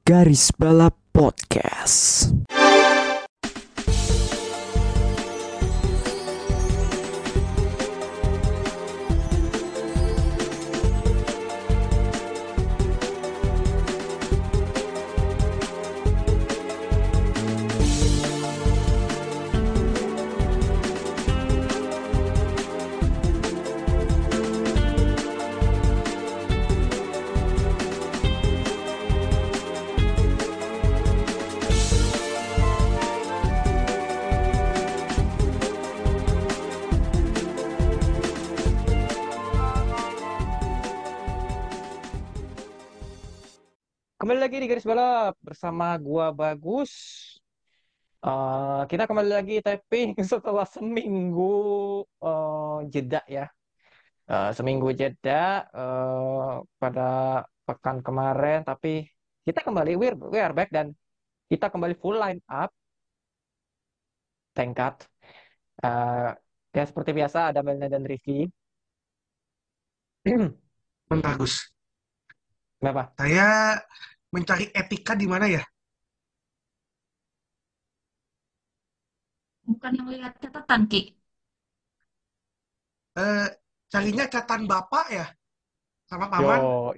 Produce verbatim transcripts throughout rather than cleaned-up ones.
Garis Balap Podcast. Kembali lagi di Garis Balap bersama gua Bagus. Eh, kita kembali lagi taping setelah seminggu eh, jeda ya. Eh, seminggu jeda eh, pada pekan kemarin, tapi kita kembali we are, we are back dan kita kembali full line up. Thank God. Eh, ya seperti biasa ada Melna dan Rifki. Bang Bagus, Kenapa? saya mencari etika di mana ya? Bukan yang lihat catatan, Ki. Eh, Carinya catatan bapak ya, sama paman. Yo,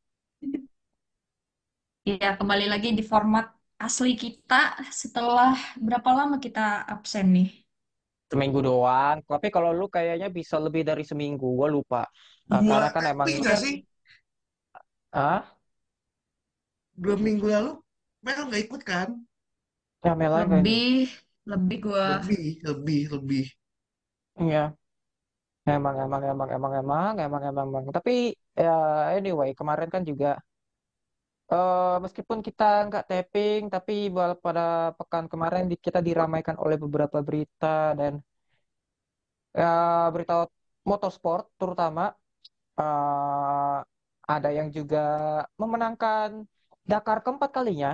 Ya, kembali lagi di format asli kita setelah berapa lama kita absen nih? seminggu doang. Tapi kalau lu kayaknya bisa lebih dari seminggu, gua lupa. Eh, Dua, karena kan eh, emang enggak sih, ah dua minggu lalu Mel nggak ikut kan? ya Mela nggak ini. Lebih, lebih gua. Lebih, lebih, lebih. Iya, emang emang emang emang emang emang emang emang. Tapi ya anyway, kemarin kan juga eh, meskipun kita nggak tapping, tapi bal- pada pekan kemarin di- kita diramaikan oleh beberapa berita dan ya berita motorsport terutama eh, ada yang juga memenangkan Dakar keempat kalinya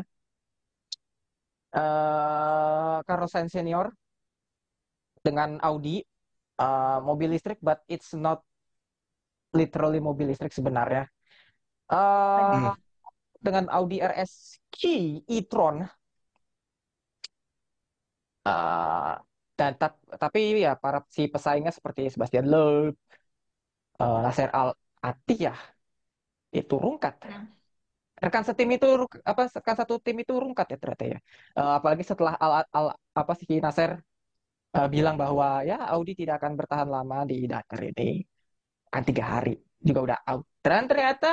eh Carlos Sainz Senior dengan Audi eh, mobil listrik, but it's not literally mobil listrik sebenarnya. Hmm. eh dengan Audi R S Q e-tron. eh, dan tap- tapi ya para si pesaingnya seperti Sebastian Loeb, eh, Nasser Al Attiyah itu rungkat. Nah, Rekan setim itu ru- apa rekan satu tim itu rungkat ya ternyata ya. Eh, apalagi setelah Al, Al apa sih Nasser eh, bilang bahwa ya Audi tidak akan bertahan lama di Dakar ini. Kan tiga hari juga udah out. Dan ternyata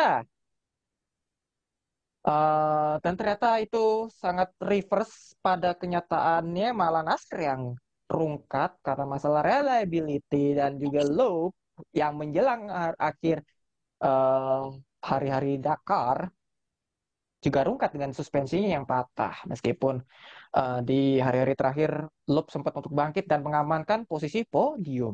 Eh, dan ternyata itu sangat reverse pada kenyataannya, malah Nasr yang rungkat karena masalah reliability dan juga loop yang menjelang a- akhir eh, hari-hari Dakar juga rungkat dengan suspensinya yang patah meskipun eh, di hari-hari terakhir loop sempat untuk bangkit dan mengamankan posisi podium.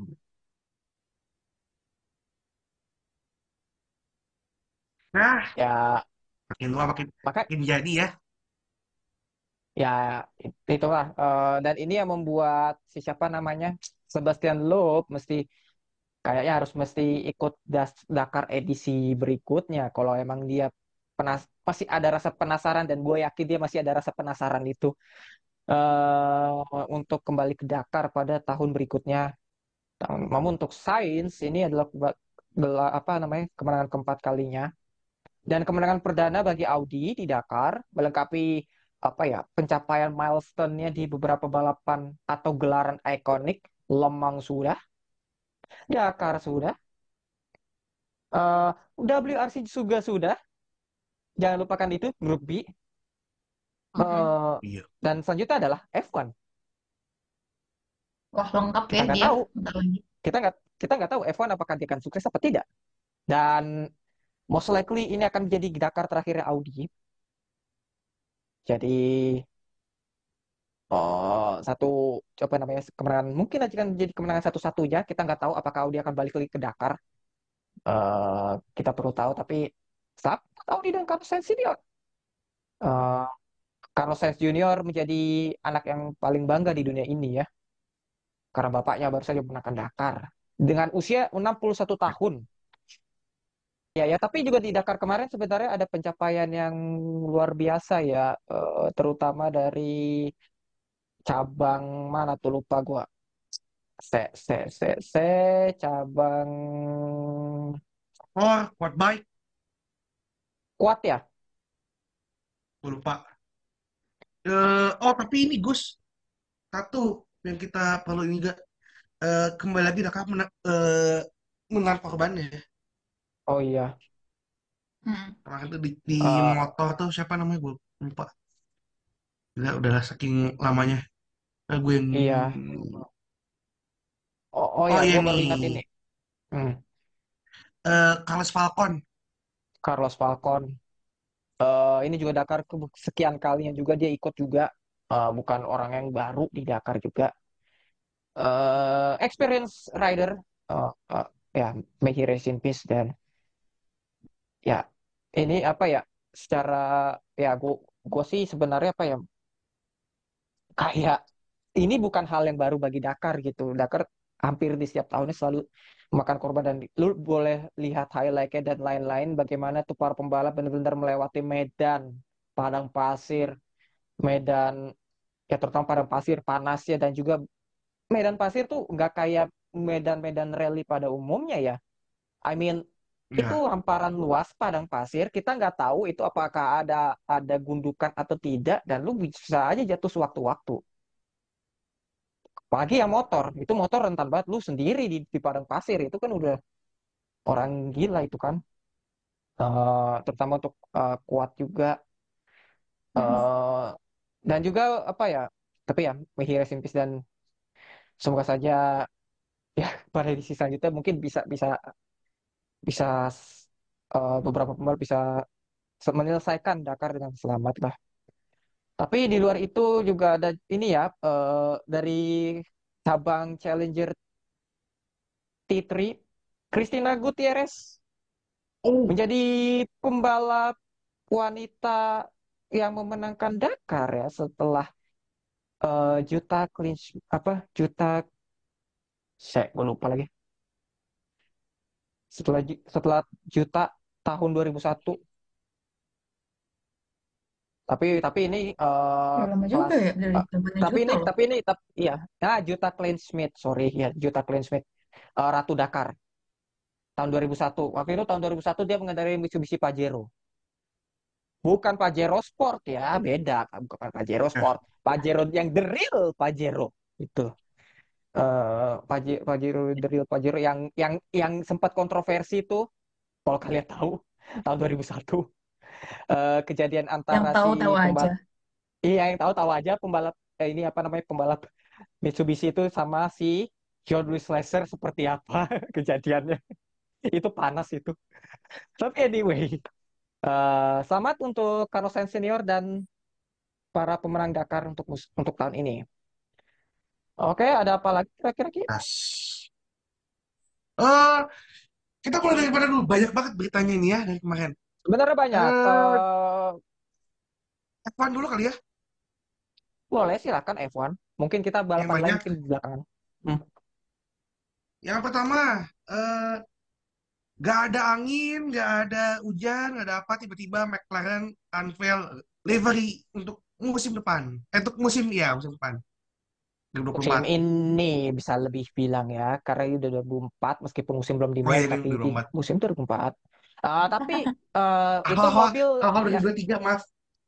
Nah, Ya, makin tua makin maka makin jadi ya. ya it- itulah. Eh, dan ini yang membuat si siapa namanya Sebastian Loeb mesti kayaknya harus mesti ikut das- Dakar edisi berikutnya kalau emang dia penas masih ada rasa penasaran, dan gue yakin dia masih ada rasa penasaran itu eh untuk kembali ke Dakar pada tahun berikutnya. Namun untuk Sainz ini adalah ba- gela- apa namanya kemenangan keempat kalinya dan kemenangan perdana bagi Audi di Dakar, melengkapi apa ya pencapaian milestone-nya di beberapa balapan atau gelaran ikonik. Le Mans sudah, Dakar sudah, eh W R C juga sudah. Jangan lupakan itu grup B. mm-mm. Eh, Iya. dan selanjutnya adalah F satu. Wah, lengkap Kita ya nggak dia. tahu, Bentar lagi. kita nggak kita nggak tahu F satu apakah dia akan sukses apa tidak. Dan most likely ini akan menjadi Dakar terakhirnya Audi. Jadi oh, satu apa namanya kemenangan mungkin aja kan jadi kemenangan satu-satunya. Kita nggak tahu apakah Audi akan balik lagi ke Dakar. Eh, kita perlu tahu, tapi saat Audi dan Carlos Sainz ini eh, Carlos Sainz Junior menjadi anak yang paling bangga di dunia ini ya, karena bapaknya baru saja memenangkan Dakar dengan usia enam puluh satu tahun. Ya, ya, tapi juga di Dakar kemarin sebenarnya ada pencapaian yang luar biasa ya, eh, terutama dari cabang mana tuh lupa gua. Se, se, se, se, cabang Oh, quad bike, kuat ya. gue lupa. Eh, oh, tapi ini Gus, satu yang kita perlu ini juga eh, kembali lagi Dakar mena- eh, menelan korbannya. Oh iya. Hmm. Kemarin tuh di, di Eh, motor tuh siapa namanya gue lupa. Udah, udah saking lamanya. Eh, gue yang iya. Oh, oh oh ya, iya gua baru ingat ini. nih, Hmm, eh Carlos Falcon. Carlos Falcon. Eh, ini juga Dakar ke sekian kalinya juga dia ikut juga. Eh, bukan orang yang baru di Dakar juga. Eh, experience rider. Eh, eh, ya, may he rest in peace dan ya ini apa ya? Secara ya gua gua sih sebenarnya apa ya? Kayak ini bukan hal yang baru bagi Dakar gitu. Dakar hampir di setiap tahunnya selalu makan korban dan lu boleh lihat highlightnya dan lain-lain bagaimana tuh para pembalap benar-benar melewati medan padang pasir, medan ya terutama padang pasir panasnya dan juga medan pasir tuh nggak kayak medan-medan rally pada umumnya ya. I mean itu Ya, hamparan luas padang pasir kita nggak tahu itu apakah ada ada gundukan atau tidak dan lu bisa aja jatuh sewaktu-waktu. Apalagi yang motor, itu motor rentan banget. Lu sendiri di, di padang pasir itu kan udah orang gila itu kan. Eh, terutama untuk eh, kuat juga. Mm-mm. eh dan juga apa ya? Tapi ya, may he rest in peace dan semoga saja ya pada edisi selanjutnya mungkin bisa bisa bisa eh, beberapa pembalap bisa se- menyelesaikan Dakar dengan selamat lah. Tapi di luar itu juga ada ini ya eh, dari cabang Challenger T tiga, Christina Gutierrez oh menjadi pembalap wanita yang memenangkan Dakar ya setelah eh, juta clean apa juta saya gue lupa lagi setelah ju- setelah juta tahun dua ribu satu tapi tapi ini eh, Udah lama juga kelas ya dari eh, zamannya tapi Juta ini loh. tapi ini tapi iya ya juta clean Smith sorry ya juta clean Smith eh, Ratu Dakar tahun dua ribu satu waktu itu tahun dua ribu satu dia mengendarai Mitsubishi Pajero bukan Pajero Sport ya beda bukan Pajero ya, Sport Pajero yang the real Pajero itu eh Paje- Pajero the real Pajero yang yang yang sempat kontroversi tuh kalau kalian tahu tahun dua ribu satu eh, kejadian Yang antara tahu-tahu si aja. pembalap iya yang tahu tahu aja pembalap eh, ini apa namanya pembalap Mitsubishi itu sama si John Lewis Lesser seperti apa kejadiannya itu panas itu tapi anyway eh, selamat untuk Carlos Sainz Senior dan para pemenang Dakar untuk mus- untuk tahun ini oke ada apa lagi kira-kira Ki? tas. Eh, kita mulai dari mana dulu? Banyak banget beritanya ini ya dari kemarin. Sebenarnya banyak Eh, eh F satu dulu kali ya, boleh silakan F satu mungkin kita yang balapan lain banyak. mungkin di belakangan. Hmm. Yang pertama, eh, gak ada angin, gak ada hujan, gak ada apa. Tiba-tiba McLaren unveil livery untuk musim depan. Eh, untuk musim, ya musim depan. Musim dua ribu dua puluh empat. ini bisa lebih bilang ya, karena ini udah dua ribu empat meskipun musim belum Oh dimulai, iya, ini tapi di dua ribu dua puluh empat. musim dua ribu empat. Eh, tapi eh, itu Awal-awal, mobil awal ya, dua ribu dua puluh tiga, maaf.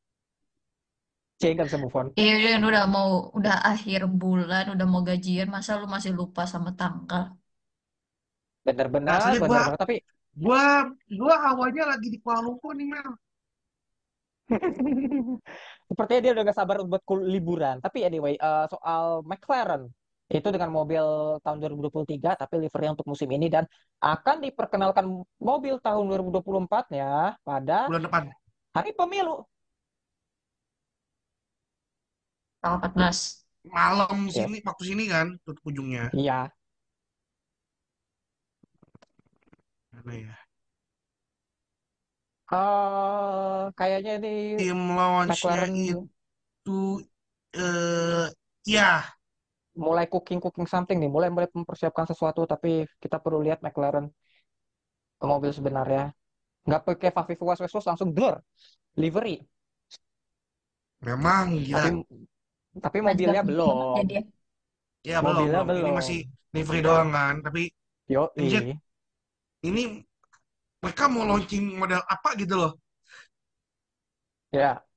C nggak bisa move on. Iya, kan udah mau udah akhir bulan, udah mau gajian, masa lu masih lupa sama tanggal? Benar-benar, Rasanya gua, benar banget. Tapi gua, gua awalnya lagi di Kuala Lumpur nih, Mel. sepertinya dia udah gak sabar buat kul- liburan. Tapi anyway, eh, soal McLaren itu dengan mobil tahun dua ribu dua puluh tiga, tapi livernya untuk musim ini dan akan diperkenalkan mobil tahun dua ribu dua puluh empat-nya pada Bulan depan. hari pemilu. Tanggal empat belas. Malam Yes. sini, waktu sini kan, tutup ujungnya. Iya. Mana ya? eh kayaknya ini Tim launchnya McLaren itu, eh ya, mulai cooking cooking something nih, mulai mulai mempersiapkan sesuatu, tapi kita perlu lihat McLaren mobil sebenarnya. Nggak pakai Fafif was was was, langsung dor livery. Memang gila. Tapi tapi Bajak mobilnya banget ya belum. dia. Ya belum Mobilnya belum. Ini masih belum. livery doang kan. Tapi anjir, Yoi. ini mereka mau launching model apa gitu loh. Ya,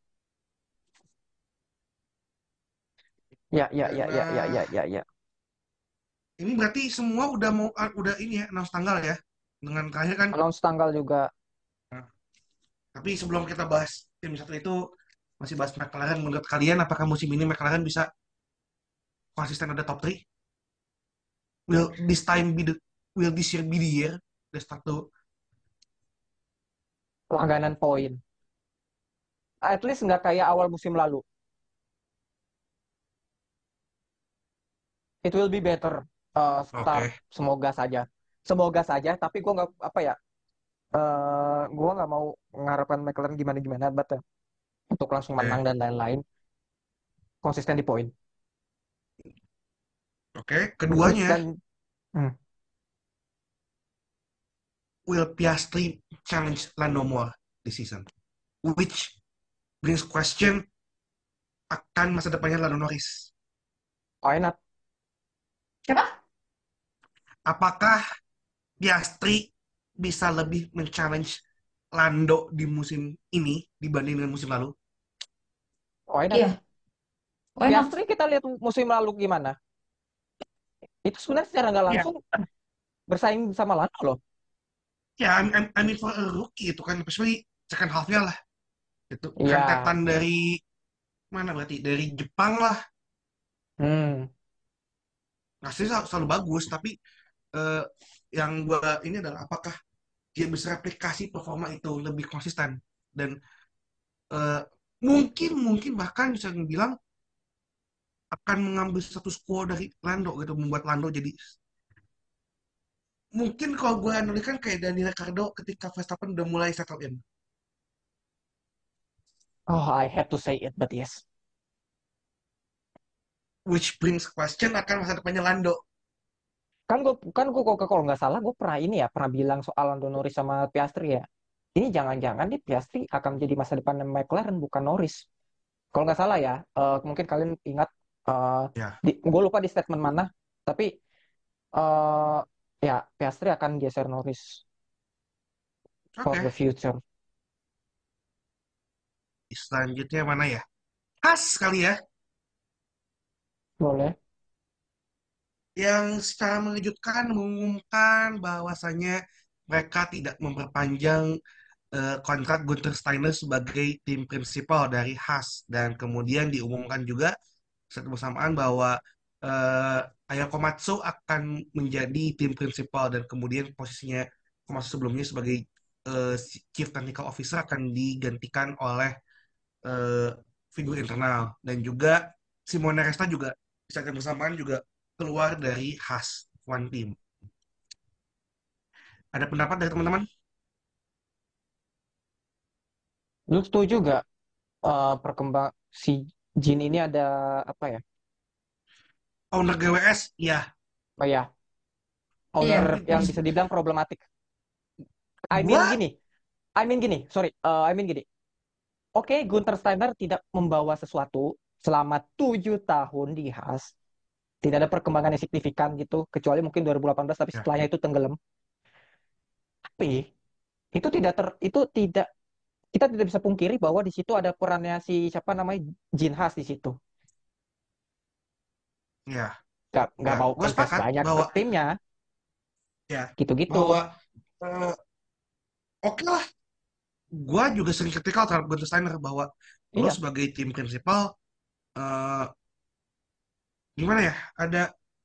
ya, ya, Dan ya, ya, ya, eh, ya, ya, ya. ini berarti semua udah mau ah, udah ini ya, announce tanggal ya. Dengan terakhir kan. Announce tanggal juga. Nah, tapi sebelum kita bahas tim satu itu, masih bahas McLaren. Menurut kalian apakah musim ini McLaren bisa konsisten ada top tiga? Will this time be the will this year be the year? The start to Langganan poin. At least nggak kayak awal musim lalu. It will be better. Uh, start. Oke. Semoga saja. Semoga saja. Tapi gue nggak apa ya. Eh gue nggak mau mengharapkan McLaren gimana-gimana. But uh, untuk langsung menang Oke. dan lain-lain. Konsisten di poin. Oke. Terus Keduanya, dan hmm, will Piastri challenge Lando Norris this season? Which brings question akan masa depannya Lando Norris. why not? Siapa? Apakah Piastri bisa lebih men-challenge Lando di musim ini dibanding dengan musim lalu? Why not? Iya, why not? Piastri kita lihat musim lalu gimana. Itu sebenarnya secara nggak Ya, langsung bersaing sama Lando loh. ya, I mean, I mean for a rookie itu kan, especially second half-nya lah. Itu Iya. rentetan dari mana berarti? Dari Jepang lah. Hmm. Hasilnya selalu, selalu bagus, tapi eh, yang gua ini adalah apakah dia bisa replikasi performa itu lebih konsisten dan eh, mungkin mungkin bahkan bisa bilang akan mengambil status quo dari Lando gitu, membuat Lando jadi mungkin kalau gue analikan kayak Daniel Ricciardo ketika Verstappen udah mulai settle in, Oh, I had to say it, but yes. which brings question akan masa depannya Lando. Kan gue kan gue kok kalau nggak salah gue pernah ini ya pernah bilang soal Lando Norris sama Piastri ya. Ini jangan-jangan nih Piastri akan menjadi masa depan McLaren bukan Norris. Kalau nggak salah ya, eh, mungkin kalian ingat eh Ya, di, gue lupa di statement mana, tapi eh ya Piastri akan geser Norris for oke. the future. Selanjutnya mana ya? Khas kali ya, Boleh. yang secara mengejutkan mengumumkan bahwasannya mereka tidak memperpanjang eh, kontrak Gunther Steiner sebagai tim prinsipal dari Haas dan kemudian diumumkan juga satu bersamaan bahwa eh, Aya Komatsu akan menjadi tim prinsipal dan kemudian posisinya Komatsu sebelumnya sebagai eh, Chief Technical Officer akan digantikan oleh eh, figur internal dan juga Simone Resta juga bisa akan bersamaan juga keluar dari Haas One Team. Ada pendapat dari teman-teman? Lu setuju gak eh, perkembang si Jin ini ada apa ya? Owner G W S, ya. Oh ya, owner Iya. Tapi yang pos- bisa dibilang problematik. I mean gua gini, I mean gini, sorry, eh, I mean gini. Oke, Gunther Steiner tidak membawa sesuatu selama tujuh tahun di Haas. Tidak ada perkembangan yang signifikan gitu, kecuali mungkin dua ribu delapan belas, tapi ya, setelahnya itu tenggelam. Tapi itu tidak ter, itu tidak kita tidak bisa pungkiri bahwa di situ ada perannya si siapa namanya Jin Haas di situ. ya, Gak, nggak ya. mau Gue invest sepakat banyak ke bahwa timnya, ya gitu-gitu. bahwa eh, oke lah, gue juga sering kritikal terhadap Gunther Steiner bahwa lo Iya, sebagai tim prinsipal eh, gimana ya, ada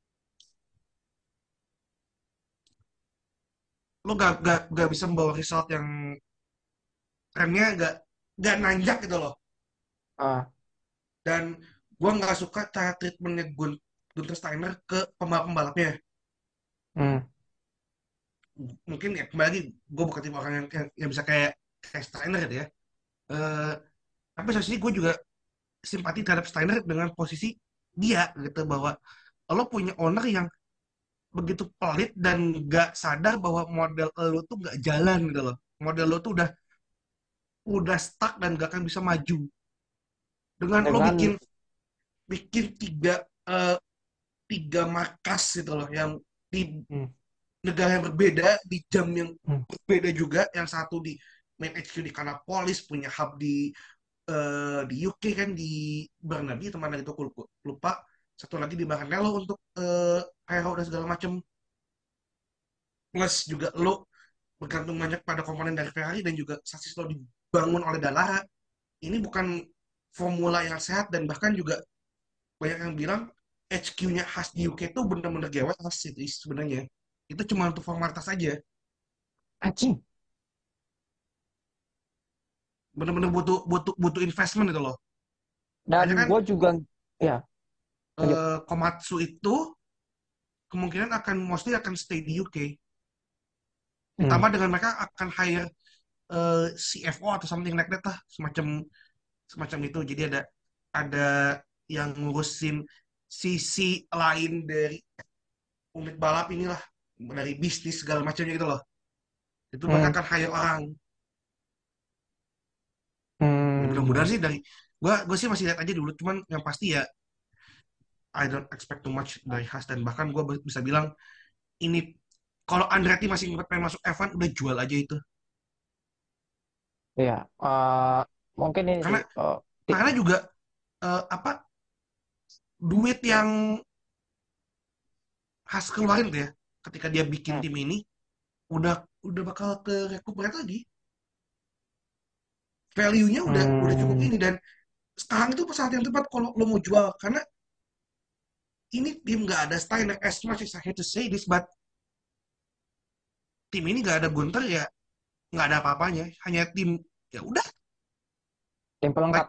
lo gak, gak, gak bisa membawa result yang trennya gak gak nanjak gitu loh. ah, Dan gue nggak suka cara treatmentnya Gun Gunther Steiner ke pembalap-pembalapnya. hmm, Mungkin ya kembali lagi gue bukan tipe orang yang, yang, yang bisa kayak kayak Steiner gitu ya. Eh, tapi satu sisi gue juga simpati terhadap Steiner dengan posisi dia gitu, bahwa lo punya owner yang begitu pelit dan gak sadar bahwa model lo tuh gak jalan gitu loh. model lo tuh udah udah stuck dan gak akan bisa maju. Dengan lo Dengan bikin bikin tiga eh, tiga markas gitu loh yang di hmm, negara yang berbeda di jam yang hmm, berbeda juga. Yang satu di main H Q di Kanapolis, punya hub di eh, di U K kan di Burnaby, teman itu aku lupa. Satu lagi di Maranello untuk eh, aero dan segala macam. Plus juga lo bergantung banyak pada komponen dari Ferrari dan juga sasis lo dibangun oleh Dallara. Ini bukan formula yang sehat dan bahkan juga banyak yang bilang H Q-nya khas di U K itu bener-bener G W khas itu sebenarnya. Itu cuma untuk formalitas aja. anjing. Bener-bener butuh butuh butuh investment itu loh. Dan Makanya kan gue juga ya lanjut. eh, Komatsu itu kemungkinan akan mostly akan stay di U K. Hmm, Ditambah dengan mereka akan hire eh, C F O atau something like that lah, semacam semacam itu. Jadi ada ada yang ngurusin sisi lain dari unit balap inilah, dari bisnis segala macamnya gitu loh. Itu mereka hmm, akan hire orang. Ya mudah-mudahan hmm, sih dari gua gue sih masih lihat aja dulu, cuman yang pasti ya I don't expect too much dari Haas dan bahkan gue bisa bilang ini kalau Andretti masih pengen masuk F satu udah jual aja itu. ya eh, mungkin ini sih Karena eh, ti- karena juga eh, apa duit yang Haas keluarin tuh ya ketika dia bikin hmm, tim ini udah udah bakal ke recuperate lagi. Value-nya udah udah cukup hmm, ini dan sekarang itu saat yang tepat kalau lo mau jual karena ini tim nggak ada Steiner, as much as I hate to say this but tim ini nggak ada Gunter ya nggak ada apa-apanya, hanya tim ya udah. tim pelengkap. Like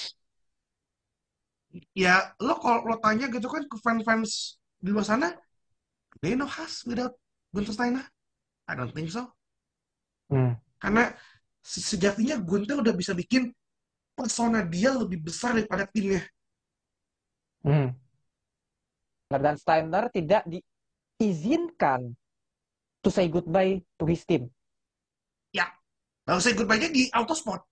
ya lo kalau lo tanya gitu kan ke fans-fans di luar sana, they know Haas without Gunter Steiner? I don't think so. Hmm, Karena se- sejatinya Gunter udah bisa bikin persona dia lebih besar daripada timnya. hmm. Dan Steiner tidak diizinkan to say goodbye to his team. Ya, lalu saya goodbye-nya di Autosport.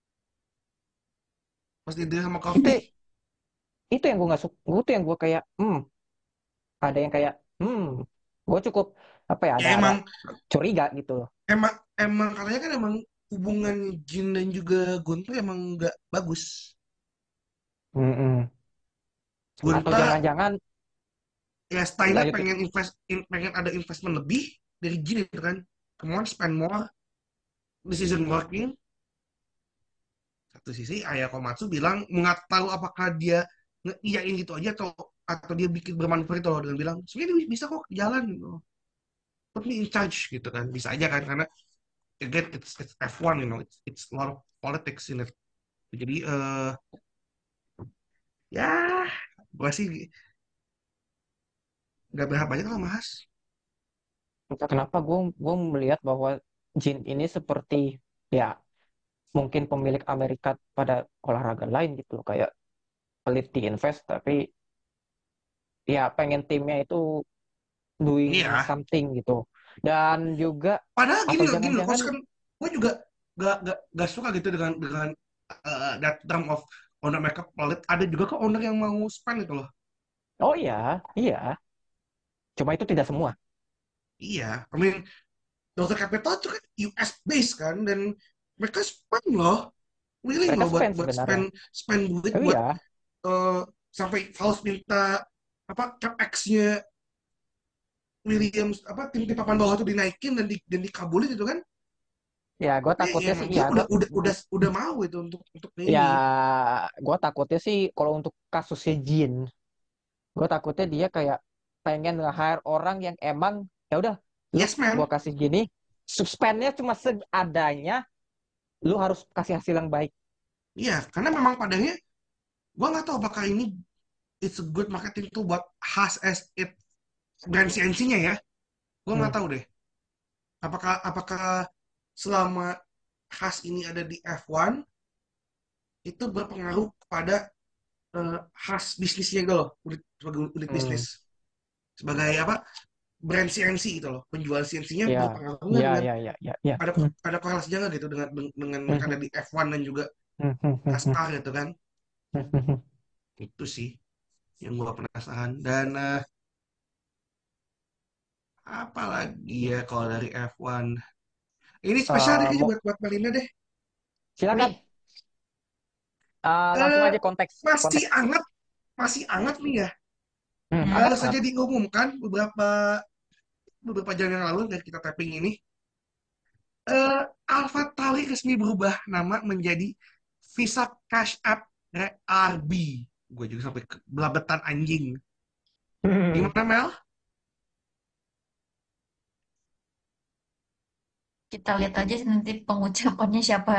Pas dia sama Itu Coffee, itu yang gue nggak suka. Itu yang gue kayak, hmm, ada yang kayak, hmm, gue cukup apa ya, ya ada ada emang, curiga gitu. emang, emang katanya kan emang hubungan Jin dan juga Gunter emang nggak bagus. Mm-mm. Atau Gunter, jangan-jangan ya Steiner lanjut. pengen invest, in- pengen ada investment lebih dari Jin itu kan. Come on, spend more. This isn't working. Satu sisi Ayah Komatsu bilang nggak tahu apakah dia ngeiyain gitu aja atau atau dia bikin bermanuver itu loh dengan bilang sebenarnya bisa kok jalan gitu. Put me in charge gitu kan. Bisa aja kan karena again it's, it's F satu you know it's, it's a lot of politics in it. Jadi eh ya gua sih nggak berharap banyak lah Mas. Entah kenapa gue gue melihat bahwa Jin ini seperti ya mungkin pemilik Amerika pada olahraga lain gitu loh, kayak pelit di invest tapi ya pengen timnya itu Ini doing ya. something gitu. Dan juga Padahal gini atau loh, gini loh, jangan-jangan coach kan gue juga gak, gak, gak suka gitu dengan dengan uh, that term of owner mereka pelit. Ada juga kok owner yang mau spend itu loh. oh iya, iya. Cuma itu tidak semua. Iya, I mean Dokter Capital itu kan U S based kan dan mereka spend loh, willing Mereka loh buat spend buat sebenarnya. spend spend duit Oh buat iya, uh, sampai Fals minta apa capex-nya Williams apa tim-tim papan bawah itu dinaikin dan di, dan dikabulin itu kan. ya gue Tapi ya takutnya sih emang dia ya gue udah udah udah udah mau itu untuk untuk ya ini. gue takutnya sih kalau untuk kasusnya Jin, gue takutnya dia kayak pengen nge-hire orang yang emang ya udah lu Yes gue man. kasih gini, suspendnya cuma seadanya, lu harus kasih hasil yang baik. Iya, karena memang padanya gue nggak tahu apakah ini it's a good marketing tool buat Haas as it brand C N C-nya ya. Gue Hmm, nggak tahu deh. Apakah apakah selama Haas ini ada di F satu itu berpengaruh kepada eh, Haas bisnisnya gitu loh, unit, sebagai unit hmm, bisnis. Sebagai apa? brand C N C gitu loh, penjual C N C-nya Ya, berpengaruh nggak ya, dengan ya, ya, ya, ya. ada Hmm, ada korelasinya nggak gitu dengan dengan hmm, mereka ada hmm, di F satu dan juga hmm, hmm, hmm, hmm, NASCAR gitu kan. hmm, hmm, hmm. Itu sih yang gua penasaran. Dan eh, apa lagi ya kalau dari F satu? Ini spesial deh Eh, kayaknya mau buat buat Marina deh. silakan. Nih, Eh, langsung eh, aja konteks, masih konteks. hangat, masih hangat nih ya. Hmm, Hmm. hangat Baru banget. saja diumumkan beberapa beberapa jam yang lalu dari kita tapping ini, eh Alpha Tauri resmi berubah nama menjadi Visa Cash App R B. Gue juga sampai ke belabetan anjing. Hmm. Gimana Mel? Kita lihat aja nanti pengucapannya siapa.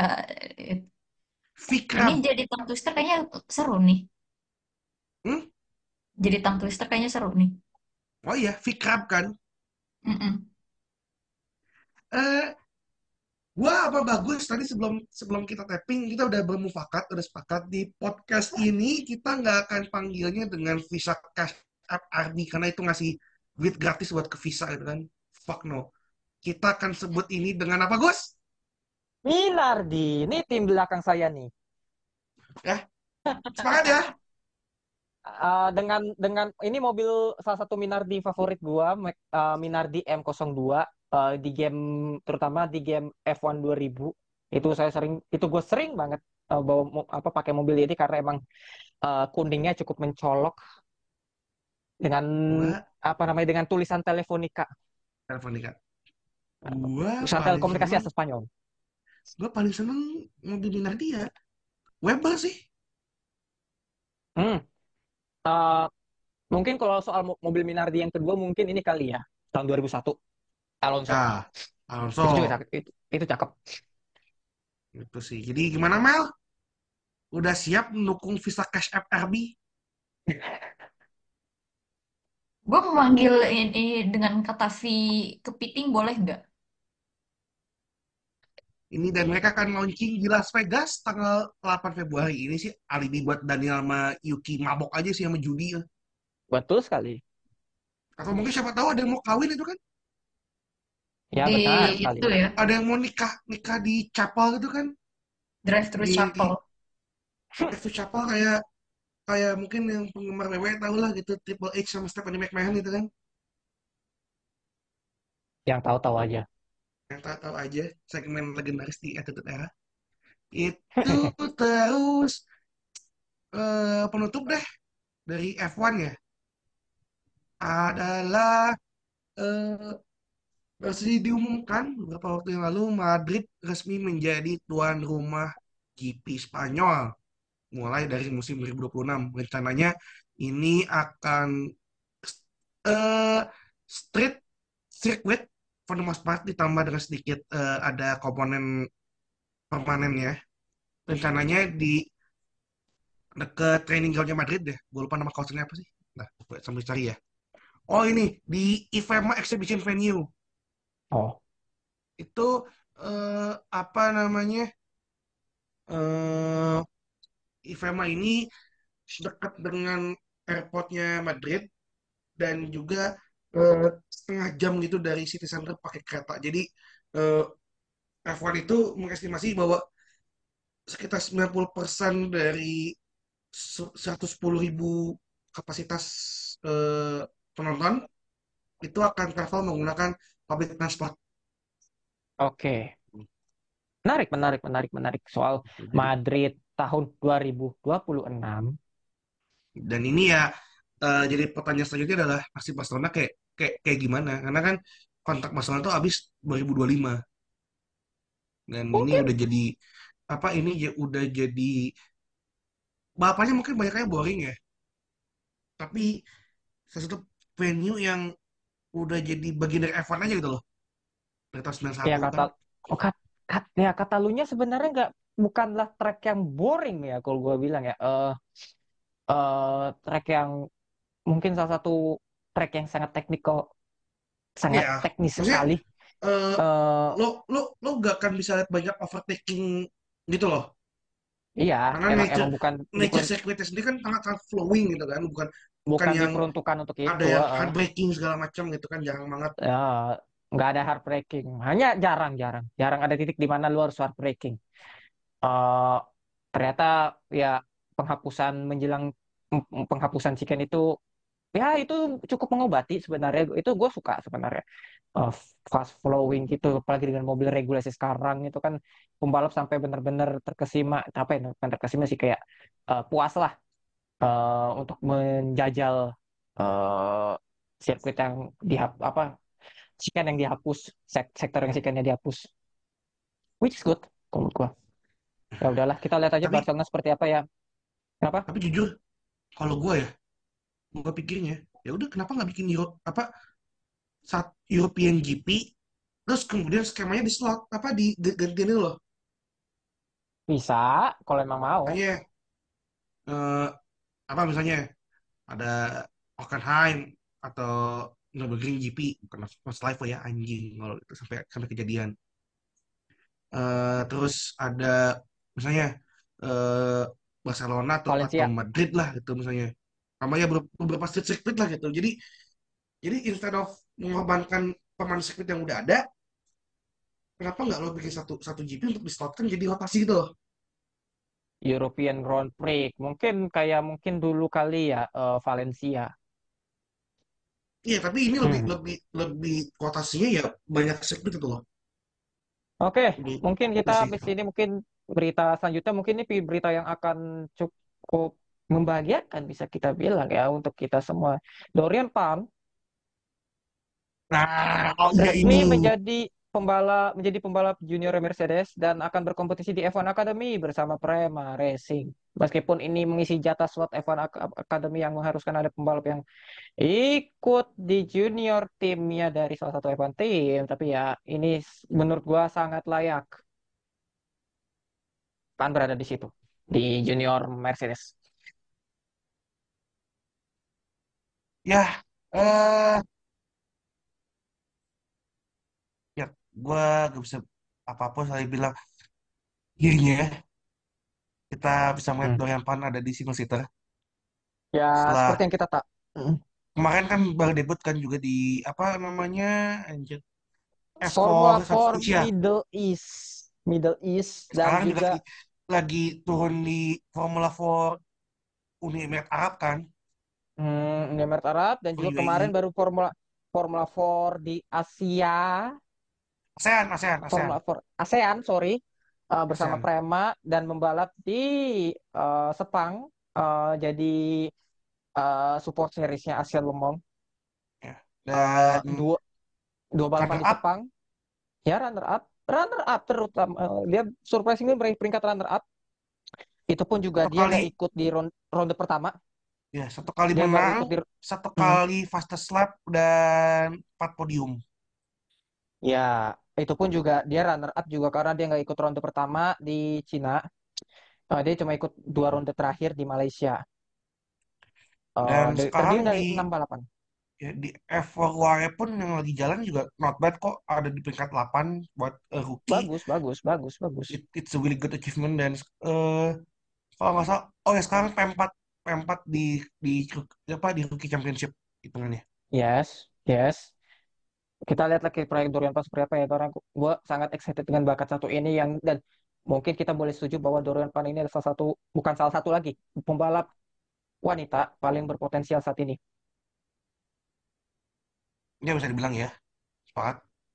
Ini Vikram. jadi tongue twister kayaknya seru nih. Hmm? Jadi tongue twister kayaknya seru nih. Oh iya, Vikram kan. Mm-mm. Eh, gua apa bagus tadi sebelum sebelum kita tapping kita udah bermufakat, udah sepakat di podcast ini kita nggak akan panggilnya dengan Visa Cash App R B karena itu ngasih duit gratis buat ke Visa gitu kan. Fuck no. Kita akan sebut ini dengan apa, Gus? Minardi, ini tim belakang saya nih. Ya, sepakat ya. Eh, dengan dengan ini mobil salah satu Minardi favorit gua, Mac- eh, Minardi M nol dua, eh, di game, terutama di game F satu dua ribu. Itu saya sering itu gue sering banget eh, bawa mo- apa pakai mobil ini karena emang eh, kuningnya cukup mencolok dengan Gua apa namanya dengan tulisan Telefonica, telepon nih, Kak. Gua usaha paling telekomunikasi seneng, asal Spanyol. gua paling seneng mobil Minardi ya. Weber sih. Hmm. eh, Mungkin kalau soal mo- mobil Minardi yang kedua mungkin ini kali ya, tahun dua ribu satu, Alonso. Ya, Itu juga Alonso. cakep, itu, itu cakep. Itu sih. Jadi gimana Mel? Udah siap mendukung Visa Cash App R B? Gue memanggil ini dengan kata V kepiting boleh nggak? Ini dan mereka akan launching di Las Vegas tanggal delapan Februari ini sih alibi buat Daniel sama Yuki mabok aja sih sama judi ya. Betul sekali. Atau mungkin siapa tahu ada yang mau kawin itu kan? Ya, Di benar sekali. itu ya, Ada yang mau nikah nikah di chapel gitu kan? drive thru Di, di chapel. itu chapel kayak kayak mungkin yang penggemar W W E tahu lah gitu Triple H sama Stephanie McMahon gitu kan? Yang tahu-tahu aja. Yang tahu-tahu aja segmen legendaris di Attitude Era. Itu terus eh, penutup deh dari F satu ya adalah eh, resmi diumumkan beberapa waktu yang lalu Madrid resmi menjadi tuan rumah G P Spanyol mulai dari musim dua ribu dua puluh enam. Rencananya ini akan eh, street circuit for the most part ditambah dengan sedikit eh, ada komponen permanennya. Rencananya di deket training groundnya Madrid deh. Gue lupa nama kawasannya apa sih. Nah, gue sambil cari ya. Oh ini di IFEMA Exhibition Venue. Oh, Itu eh, apa namanya? eh IFEMA ini dekat dengan airportnya Madrid dan juga eh, setengah jam gitu dari city center pakai kereta. Jadi eh, F satu itu mengestimasi bahwa sekitar sembilan puluh persen dari se- seratus sepuluh ribu kapasitas eh, penonton itu akan travel menggunakan public transport. oke. Menarik, menarik, menarik, menarik. Soal Jadi, Madrid tahun dua ribu dua puluh enam. dan ini ya eh, jadi pertanyaan selanjutnya adalah nasib Barcelona kayak kayak kayak gimana? Karena kan kontrak Barcelona tuh habis dua ribu dua puluh lima dan ini Mungkin udah jadi apa ini ya udah jadi bapaknya mungkin banyaknya boring ya, tapi salah satu venue yang udah jadi bagian dari F satu aja gitu loh dari tahun sembilan puluh ya satu kata kan. oh, kat, kat, ya Katalunya sebenarnya nggak bukanlah track yang boring ya kalau gue bilang ya. Eh eh, track yang mungkin salah satu track yang sangat teknikal, sangat Ya, teknis maksudnya sekali. eh, Eh lo lo lo gak akan bisa lihat banyak overtaking gitu loh. Iya, Karena emang nature emang bukan nature diperun, sirkuitnya sendiri kan sangat sangat flowing gitu kan, bukan bukan bukan yang diperuntukkan untuk ada itu. yang Heeh. hard braking segala macam gitu kan, jarang banget. Ya, nggak ada hard braking. Hanya jarang, jarang, jarang ada titik di mana lu harus hard braking. Eh, Ternyata ya penghapusan menjelang m- penghapusan chicken itu ya itu cukup mengobati sebenarnya. Itu gue suka sebenarnya. Eh, Fast flowing gitu, apalagi dengan mobil regulasi sekarang itu kan pembalap sampai benar-benar terkesima, apa ya, bukan terkesima sih, kayak eh, puas lah eh, untuk menjajal eh, sirkuit yang dihap apa sekian yang dihapus, sek- sektor yang sekiannya dihapus, which is good kalau menurut gua. Ya udahlah, kita lihat aja Tapi Barcelona seperti apa ya. Kenapa? tapi jujur, kalau gue ya, gue pikirnya ya udah kenapa nggak bikin Euro apa saat European G P, terus kemudian skemanya di slot apa di gantiin itu loh. Bisa, kalau emang mau. Makanya eh, apa misalnya ada Hockenheim atau Nürburgring G P, bukan Most Life ya anjing kalau itu sampai sampai kejadian. Eh, terus ada misalnya eh, Barcelona atau atau Valencia. Madrid lah gitu misalnya. Namanya beberapa, beberapa street circuit lah gitu. Jadi jadi instead of mengorbankan pemain sirkuit yang udah ada, kenapa nggak lo bikin satu satu G P untuk dislotkan jadi rotasi gitu loh. European Grand Prix. Mungkin kayak mungkin dulu kali ya eh, Valencia. Iya, tapi ini lebih Hmm. lebih lebih rotasinya ya banyak sirkuit itu loh. Oke, Itu, mungkin kita itu sih. habis ini mungkin berita selanjutnya mungkin ini berita yang akan cukup membahagiakan bisa kita bilang ya untuk kita semua. Dorian Palm Nah, oh iya ini. resmi menjadi pembalap menjadi pembalap junior Mercedes dan akan berkompetisi di F satu Academy bersama Prema Racing. Meskipun ini mengisi jatah slot F satu Ac- Academy yang mengharuskan ada pembalap yang ikut di junior timnya dari salah satu F satu tim, tapi ya ini s- menurut gua sangat layak kan berada di situ di junior Mercedes. Ya, eh ya gue gak bisa apa-apa saya bilang akhirnya kita bisa melihat Hmm. Dorian Pan ada di single seater Ya seperti setelah yang kita tak. Hmm. kemarin kan baru debut kan juga di apa namanya anjir Formula F empat for Southeast ya. Middle East, Middle East dan Sekarang juga lagi juga lagi turun di Formula empat Uni Emirat Arab kan, hmm, Uni Emirat Arab dan for juga kemarin U A E. baru Formula Formula empat di Asia, ASEAN, ASEAN, Formula ASEAN, empat ASEAN, sorry, eh, bersama ASEAN. Prema dan membalap di eh, Sepang, eh, jadi eh, support seriesnya Asia Le Mans. Ya. Eh, Dan dua dua balapan runner di up Sepang, ya runner up, runner up terutama eh, dia surprisingly meraih peringkat runner up. Itu pun juga satu dia kali nggak ikut di ronde, ronde pertama, ya satu kali dia baru menang, ikut di. satu Hmm. kali fastest lap dan empat podium. Ya, itu pun juga dia runner up juga karena dia nggak ikut ronde pertama di Cina. Eh, dia cuma ikut dua ronde terakhir di Malaysia. Eh, Dan de- sekarang terdiri dari di enam balapan. ya, di F satu pun yang lagi jalan juga not bad kok, ada di peringkat delapan buat eh, rookie. Bagus, bagus, bagus, bagus. It- it's a really good achievement dan eh kalau nggak salah oh ya sekarang P empat P empat di di apa di rookie championship hitungannya. Yes, yes. Kita lihat lagi proyek Dorian Pan seperti apa ya. Karena gue sangat excited dengan bakat satu ini yang dan mungkin kita boleh setuju bahwa Dorian Pan ini adalah salah satu, bukan salah satu lagi, pembalap wanita paling berpotensial saat ini. Ya bisa dibilang ya, sepakat.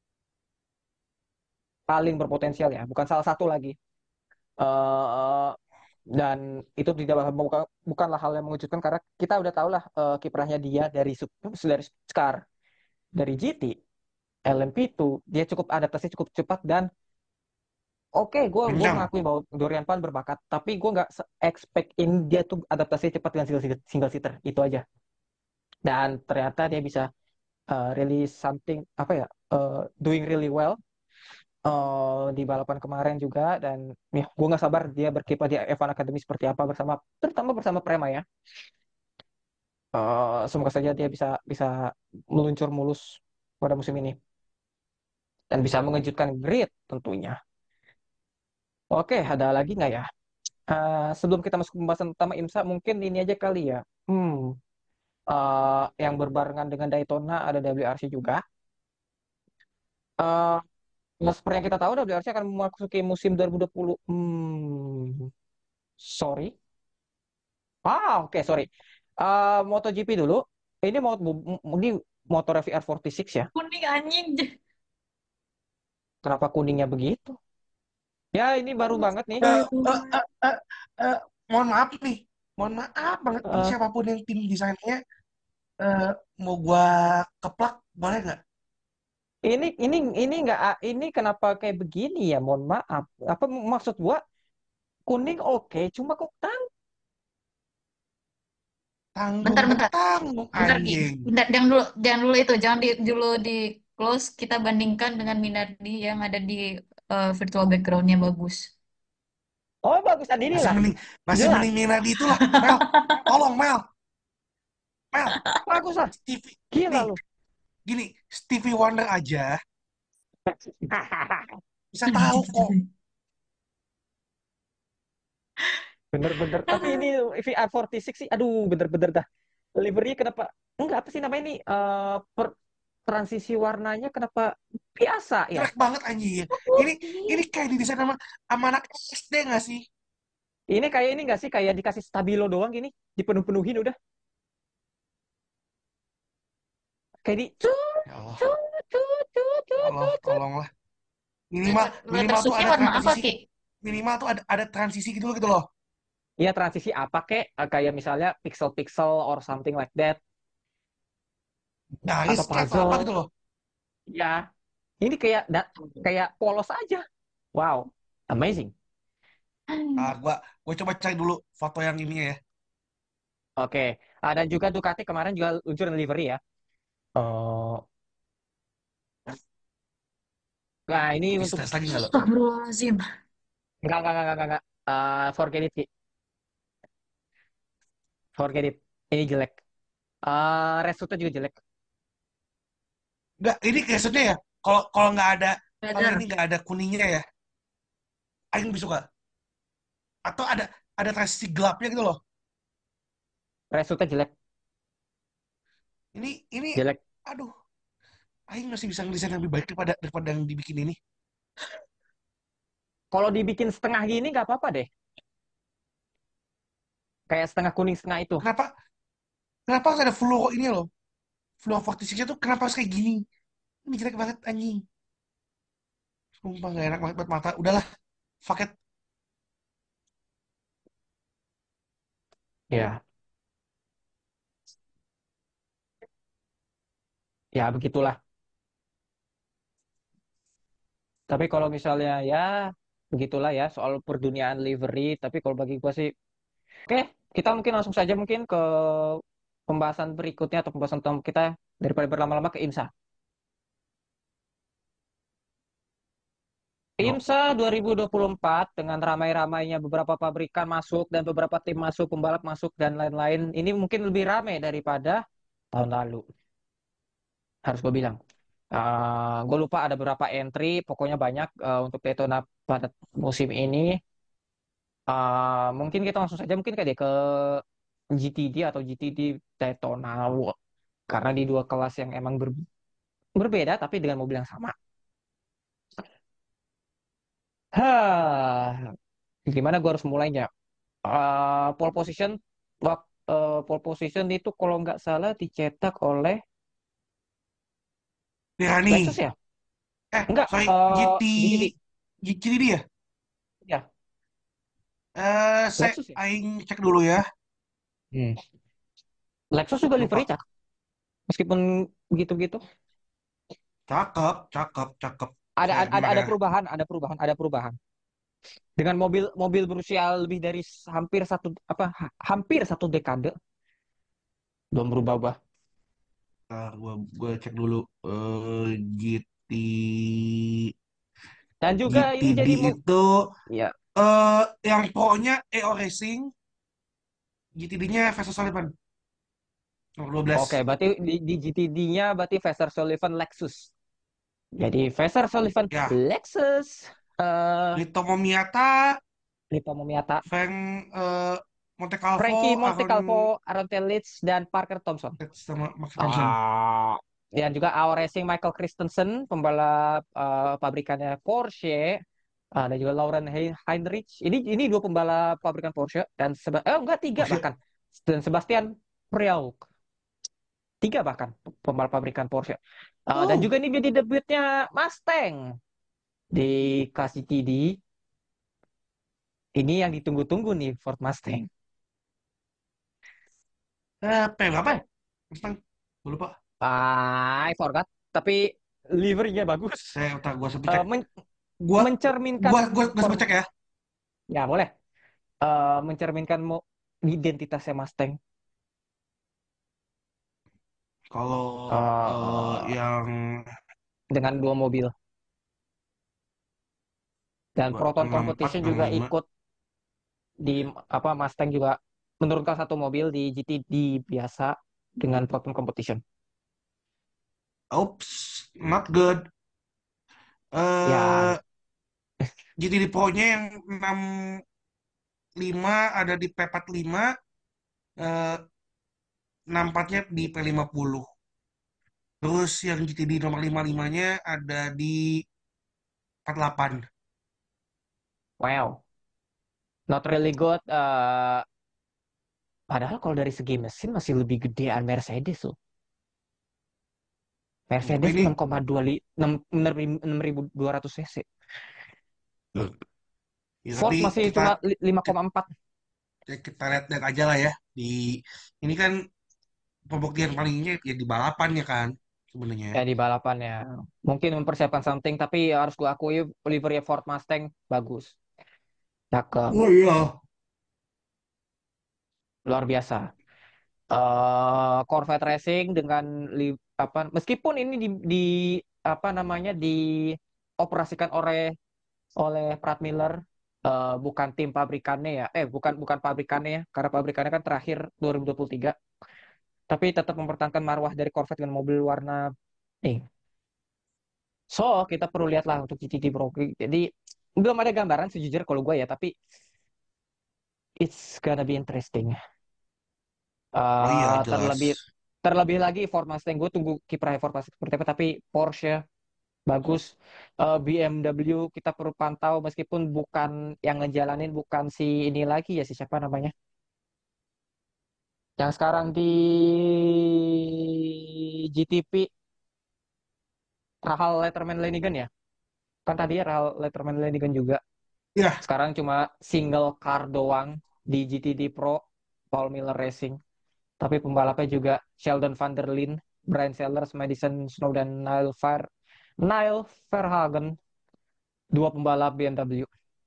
Paling berpotensial ya, bukan salah satu lagi. Eh dan itu tidak bukan, bukanlah hal yang mengejutkan karena kita udah tahu lah eh, kiprahnya dia dari Sup- dari Scar, dari G T, L M P dua, dia cukup adaptasi cukup cepat dan oke, gue gue Kencang. mengakui bahwa Dorian Pan berbakat, tapi gue nggak se- expect in dia tuh adaptasi cepat dengan single, seater- single seater itu aja. Dan ternyata dia bisa uh, really something apa ya, uh, doing really well uh, di balapan kemarin juga dan ya gue nggak sabar dia berkiprah di F satu Academy seperti apa bersama terutama bersama Prema ya. Uh, semoga saja dia bisa bisa meluncur mulus pada musim ini dan bisa mengejutkan grid tentunya. Oke, ada lagi nggak ya? Eh, sebelum kita masuk ke pembahasan utama IMSA, mungkin ini aja kali ya. Hmm, eh, yang berbarengan dengan Daytona ada W R C juga. Eh, seperti yang kita tahu, W R C akan memasuki musim dua ribu dua puluh. Hmm, sorry. Ah, oke, sorry. Eh, MotoGP dulu. Ini mau ini motor V R empat enam ya. Kuning anjing. Kenapa kuningnya begitu? Ya, ini baru banget nih. Eh, eh, eh, eh, eh, mohon maaf nih, mohon maaf banget nih Eh, siapapun yang tim desainnya eh, mau gua keplak boleh nggak? ini ini ini nggak ini kenapa kayak begini ya? Mohon maaf. Apa maksud gua kuning oke, cuma kok tang? Tanggung Bentar, bentar. tanggung Bentar, Ki. anjing. Bentar, jangan dulu, jangan dulu itu, jangan di, dulu di close. Kita bandingkan dengan Minardi yang ada di eh, virtual backgroundnya bagus. Oh, bagus Andini Masih lah. mending masih Jelas. mending Minardi itulah. Mel, tolong Mel, Mel, Bagus lah. Stevie Gila nih lu. gini Stevie Wonder aja bisa tahu kok. Bener-bener. Tapi ini V R empat enam sih, aduh, bener-bener dah. Livery kenapa? Enggak, apa sih namanya ini? Eh, per, transisi warnanya kenapa biasa ya? Jelek banget anjing. Ini ini kayak didesain sama sama anak S D nggak sih? Ini kayak ini enggak sih? Kayak dikasih stabilo doang gini, dipenuh-penuhin udah. Kayak di cut, Ya Allah, cut, cut, cut, ya cut, Allah, cut, cut. tolonglah. Minimal Letter, letter minimal tuh supnya ada warna apa, transisi, Ki? minimal tuh ada ada transisi gitu gitu loh. Iya, transisi apa kek? Eh, Kayak misalnya pixel-pixel or something like that, Garis atau kayak atau apa puzzle. gitu loh. Ya, ini kayak da- kayak polos aja. Wow, amazing. Ah, gua gua coba cari dulu foto yang ininya ya. Oke, Ah, dan juga Ducati kemarin juga luncur livery ya. Oh, nah ini Bikin untuk stres lagi nggak lo? Astagfirullahaladzim. enggak enggak enggak enggak enggak. Eh, forget it, Ki. Forget it. Ini jelek. Eh, Resutnya juga jelek. Nggak, ini maksudnya ya. Kalau kalau nggak ada kalau ini Leather. nggak ada kuningnya ya, Aing bisa suka. Atau ada ada transisi gelapnya gitu loh. Resutnya jelek, Ini ini jelek. aduh, Aing masih bisa ngedesain yang lebih baik daripada daripada yang dibikin ini. Kalau dibikin setengah gini nggak apa-apa deh. Kayak setengah kuning setengah itu. Kenapa kenapa harus ada fluo ini loh? Fluo empat puluh enam tuh kenapa harus kayak gini? Ini jelek banget anjing. Sumpah nggak enak banget buat mata. Udahlah, fuck it. Ya, ya begitulah. Tapi kalau misalnya ya begitulah ya soal perduniaan livery. Tapi kalau bagi gua sih, oke, kita mungkin langsung saja mungkin ke pembahasan berikutnya atau pembahasan utama kita daripada berlama-lama ke IMSA. Yo, IMSA dua ribu dua puluh empat dengan ramai-ramainya beberapa pabrikan masuk dan beberapa tim masuk, pembalap masuk dan lain-lain. Ini mungkin lebih ramai daripada tahun lalu. Harus gue bilang. Eh gue lupa ada beberapa entry, pokoknya banyak eh, untuk Daytona pada musim ini. Eh, mungkin kita langsung saja mungkin kayak deh ke G T D atau G T D Daytona World. Karena di dua kelas yang emang ber- berbeda tapi dengan mobil yang sama. Hah, gimana gue harus mulainya? Eh, pole position, wak- eh, pole position itu kalau nggak salah dicetak oleh Lexus Pirani. ya? Eh, Enggak, sorry, eh G T G T D. G T D ya? Ya, Eh, saya Lexus ya. aing cek dulu ya. Hmm. Lexus juga livery Lupa. cak, meskipun begitu-begitu. Cakep, cakep, cakep. Ada Saya ada ada merah. perubahan, ada perubahan, ada perubahan. Dengan mobil mobil berusia lebih dari s- hampir satu apa ha- hampir satu dekade belum berubah-ubah. Ntar gua gua cek dulu. Eh, G T Dan juga ini G T D jadi mo- itu ya. eh yang pro-nya E O Racing, G T D-nya Versus Sullivan nomor dua belas. Oke, berarti di, di G T D-nya berarti Vassar Sullivan Lexus. Jadi Vassar Sullivan Ya, Lexus. eh Rito Momiata Lito Momiata, Frank eh, Montecalvo, Frankie Aaron Montecalvo, Aaron Telitz, dan Parker Thompson. Ted sama Max Thompson. Ah, dan juga Our Racing Michael Christensen, pembalap eh, pabrikannya Porsche. Ah, dan juga Lauren Hein- Heinrich. Ini ini dua pembalap pabrikan Porsche dan seba eh enggak tiga Oh shit. bahkan. Dan Sebastian Priaulx. Tiga bahkan pembalap pabrikan Porsche. Eh, dan Oh, juga ini jadi debutnya Mustang di K C T D. Ini yang ditunggu-tunggu nih Ford Mustang. eh, P berapa ya? Mustang. Gue lupa. Ah, I forgot. Tapi liverynya bagus. Saya utar gua sempat Eh, cek. men- Gua mencerminkan gua gua gua sempat form cek ya. ya boleh. Eh, mencerminkan mo- identitasnya Mustang. Kalau eh, Eh, yang dengan dua mobil dan dua Proton enam empat Competition enam juga lima. ikut di apa Mustang juga menurunkan satu mobil di G T D biasa dengan Proton Competition. Oops, not good. Ya, Eh G T D Pro-nya yang enam lima ada di P empat puluh lima, eh, enam empatnya di P lima puluh. Terus yang G T D nomor lima puluh lima-nya ada di empat puluh delapan. wow, not really good. Eh, padahal kalau dari segi mesin masih lebih gedean Mercedes tuh. Hmm, tapi Mercedes ini enam koma dua li- enam enam ribu dua ratus cc. ya, tapi Ford masih kita cuma li- lima koma empat. ya kita lihat-lihat aja lah ya di ini kan pembuktian palingnya ya di balapan ya kan sebenarnya. Ya di balapannya. Mungkin mempersiapkan something, tapi harus gue akui livery Ford Mustang bagus. Cakep, Oh iya. luar biasa. eh Corvette Racing dengan li- apa meskipun ini di, di apa namanya dioperasikan oleh oleh Pratt Miller, eh, bukan tim pabrikannya ya. Eh bukan bukan pabrikannya ya, karena pabrikannya kan terakhir dua ribu dua puluh tiga. Tapi tetap mempertahankan marwah dari Corvette dengan mobil warna pink. So, kita perlu lihatlah untuk G T D Pro. Jadi belum ada gambaran sejujurnya kalau gue ya, tapi it's gonna be interesting. Oh iya Eh, jelas. terlebih terlebih lagi Ford Mustang gue tunggu kiprahnya Ford Mustang seperti apa, tapi Porsche bagus. Eh, B M W kita perlu pantau meskipun bukan yang ngejalanin bukan si ini lagi ya si siapa namanya yang sekarang di G T P Rahal Letterman Lanigan ya, kan tadi ya Rahal Letterman Lanigan juga Ya, sekarang cuma single car doang di G T D Pro Paul Miller Racing. Tapi pembalapnya juga Sheldon van der Linde, Brian Sellers, Madison Snow, dan Niall Ver Niall Verhagen, dua pembalap B M W.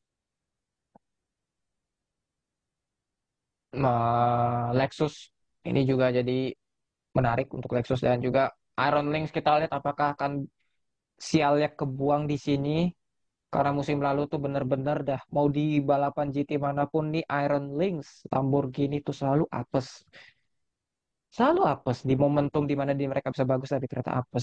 Nah, Lexus ini juga jadi menarik untuk Lexus dan juga Iron Lynx kita lihat apakah akan sialnya kebuang di sini karena musim lalu tuh bener-bener dah mau di balapan G T manapun nih Iron Lynx Lamborghini tuh selalu apes. Selalu apes di momentum di mana di mereka bisa bagus tapi ternyata apes.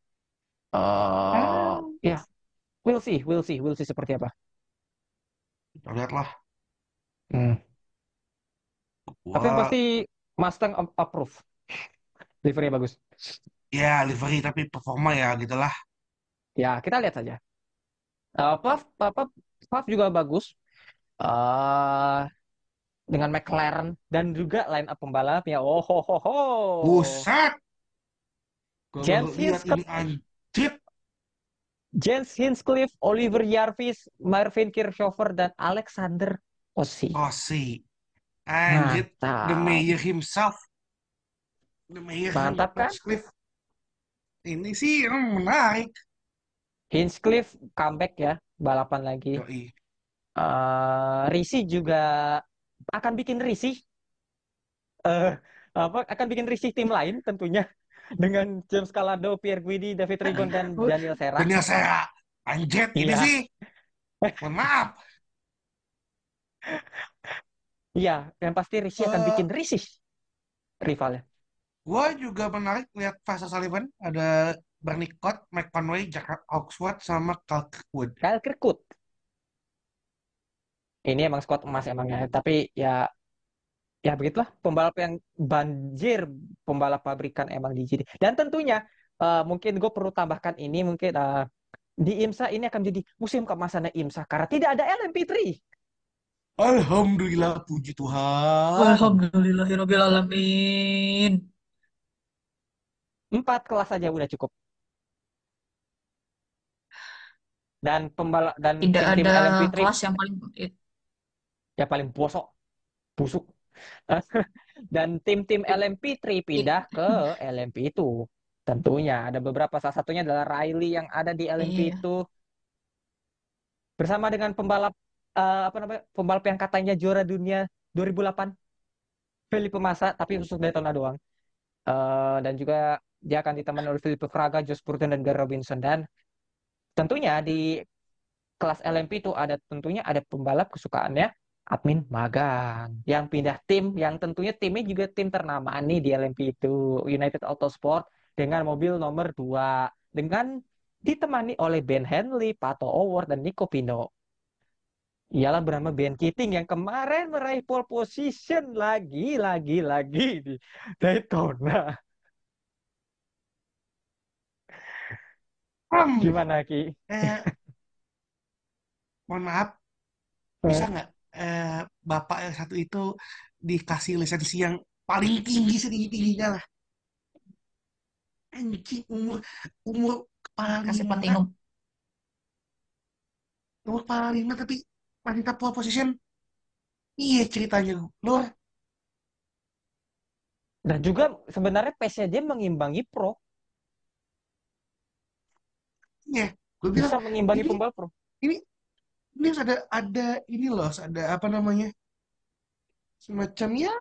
eh ah, ya, we'll see, we'll see, we'll see seperti apa. kita lihatlah. Hmm. Tapi yang Gua pasti Mustang ap- approve, livernya bagus. ya livery tapi performa ya gitulah. Ya, kita lihat saja. Eh Puff, apa, Puff juga bagus. eh dengan McLaren dan juga line up pembalapnya. Oh, ho, ho, ho. Buset, gua baru Jens lihat ini Hinchcliffe, anjir. Jens Hinchcliffe, Oliver Jarvis, Marvin Kirchhofer, dan Alexander Rossi. Oh sih, anjir. The Mantap. Mayor himself, The Mayor Mantap kan? Hinchcliffe. Ini sih emang menarik. Hinchcliffe comeback ya, balapan lagi. Yoi. eh Risi juga akan bikin risih eh apa akan bikin risih tim lain tentunya dengan James Calado, Pierre Guidi, David Rigon dan Daniel Serra. Daniel Sera, anjir ini Iya, sih. Mohon maaf. iya, yang pasti Risi akan Eh, bikin risih rivalnya. Gua juga menarik lihat Fasa Sullivan, ada Bernie Cott, Mike Conway, Jack Hawksworth, sama Cal Kirkwood. Kyle Kirkwood, Ini emang squad emas emangnya, tapi ya ya begitulah pembalap yang banjir pembalap pabrikan emang di G T. Dan tentunya eh, mungkin gue perlu tambahkan ini mungkin eh, di IMSA ini akan jadi musim keemasannya IMSA karena tidak ada L M P tiga. Alhamdulillah, puji Tuhan. Alhamdulillahirobbilalamin. Empat kelas saja udah cukup. Dan pembalap dan Tidak tim-tim ada L M P tiga kelas yang paling ya paling bosok, busuk. Dan tim-tim L M P tiga it- pindah ke L M P itu. Tentunya ada beberapa, salah satunya adalah Riley yang ada di L M P iya. itu bersama dengan pembalap eh, apa namanya? Pembalap yang katanya juara dunia dua ribu delapan, Felipe Massa, tapi khusus Daytona doang. Eh, dan juga dia akan ditemani oleh Felipe Fraga, Josh Burton dan Gary Robinson. Dan tentunya di kelas L M P itu ada tentunya ada pembalap kesukaannya admin magang yang pindah tim, yang tentunya timnya juga tim ternama nih di L M P itu, United Autosport, dengan mobil nomor dua dengan ditemani oleh Ben Henley, Pato O'Ward dan Nico Pino. Ialah bernama Ben Keating yang kemarin meraih pole position lagi lagi lagi di Daytona. Hmm, Gimana Ki? eh, mohon maaf, bisa nggak eh, bapak yang satu itu dikasih lisensi yang paling tinggi setinggi-tingginya lah. Anjing, umur umur kepala Kasih lima, platinum. umur kepala lima tapi wanita pole position. Iya ceritanya, Lur. Dan juga sebenarnya pace-nya dia mengimbangi pro, Iya, gue bilang bisa mengimbangi ini pembalap pro. ini ini harus ada ada ini loh, harus ada apa namanya, semacam ya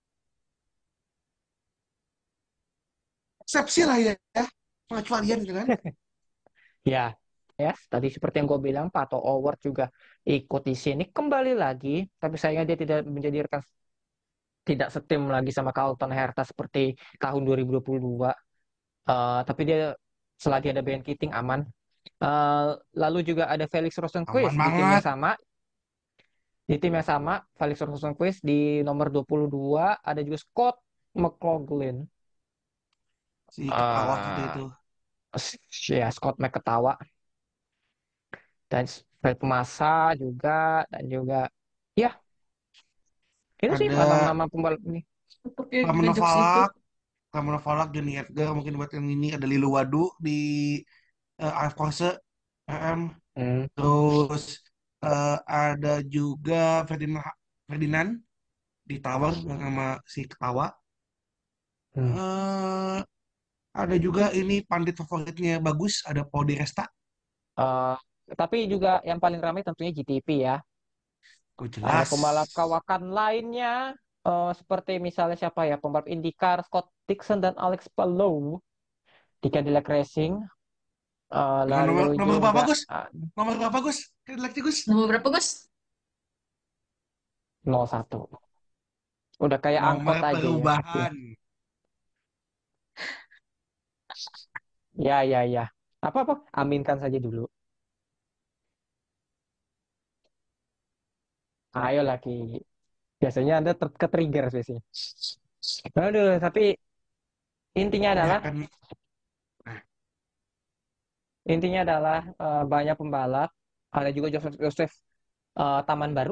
eksepsi lah ya, ya. Pengecualian gitu kan. Ya, ya, tadi seperti yang gue bilang, Pato Award juga ikut di sini kembali lagi, tapi sayangnya dia tidak menjadi rekan, tidak setim lagi sama Carlton Herta seperti tahun dua ribu dua puluh dua. Eh, tapi dia selagi ada Ben Keating aman. Eh, lalu juga ada Felix Aman Rosenqvist di tim yang banget sama, di tim yang sama, Felix Rosenqvist di nomor dua puluh dua, ada juga Scott McLaughlin. si ketawa kita Eh, itu. ya Scott McKetawa dan Fred Massa juga dan juga ya itu sih Ada nama-nama pembalap ini. Pakai Ramon ngejokes itu. Novalak, Ramon Novalak, Johnny Edgar mungkin buat yang ini, ada Lilu Wadu di uh, Alf Corse R M. Hmm. Terus eh, ada juga Ferdinand Ferdinand di Tower yang sama si ketawa. Hmm. eh ada juga ini pandit favoritnya bagus, ada Paul Di Resta. Eh, tapi juga yang paling ramai tentunya G T P ya. Gue Ada jelas. pembalap kawakan lainnya eh, seperti misalnya siapa ya, pembalap IndyCar Scott Dixon dan Alex Palou di Cadillac Racing. Eh, Dengan lalu nomor nomor berapa juga Gus? ah, Nomor berapa Gus? Cadillac Gus. Nomor berapa, Gus? nol satu. Udah kayak Nomor angkot aja ya. Ya, perubahan. ya, ya. Ya. Apa-apa, aminkan saja dulu. Ayo lagi. Biasanya Anda ter- ke-trigger biasanya. Aduh, tapi intinya Ya adalah kan. Nah, intinya adalah eh, banyak pembalap. Ada juga Joseph Joseph eh, Taman Baru,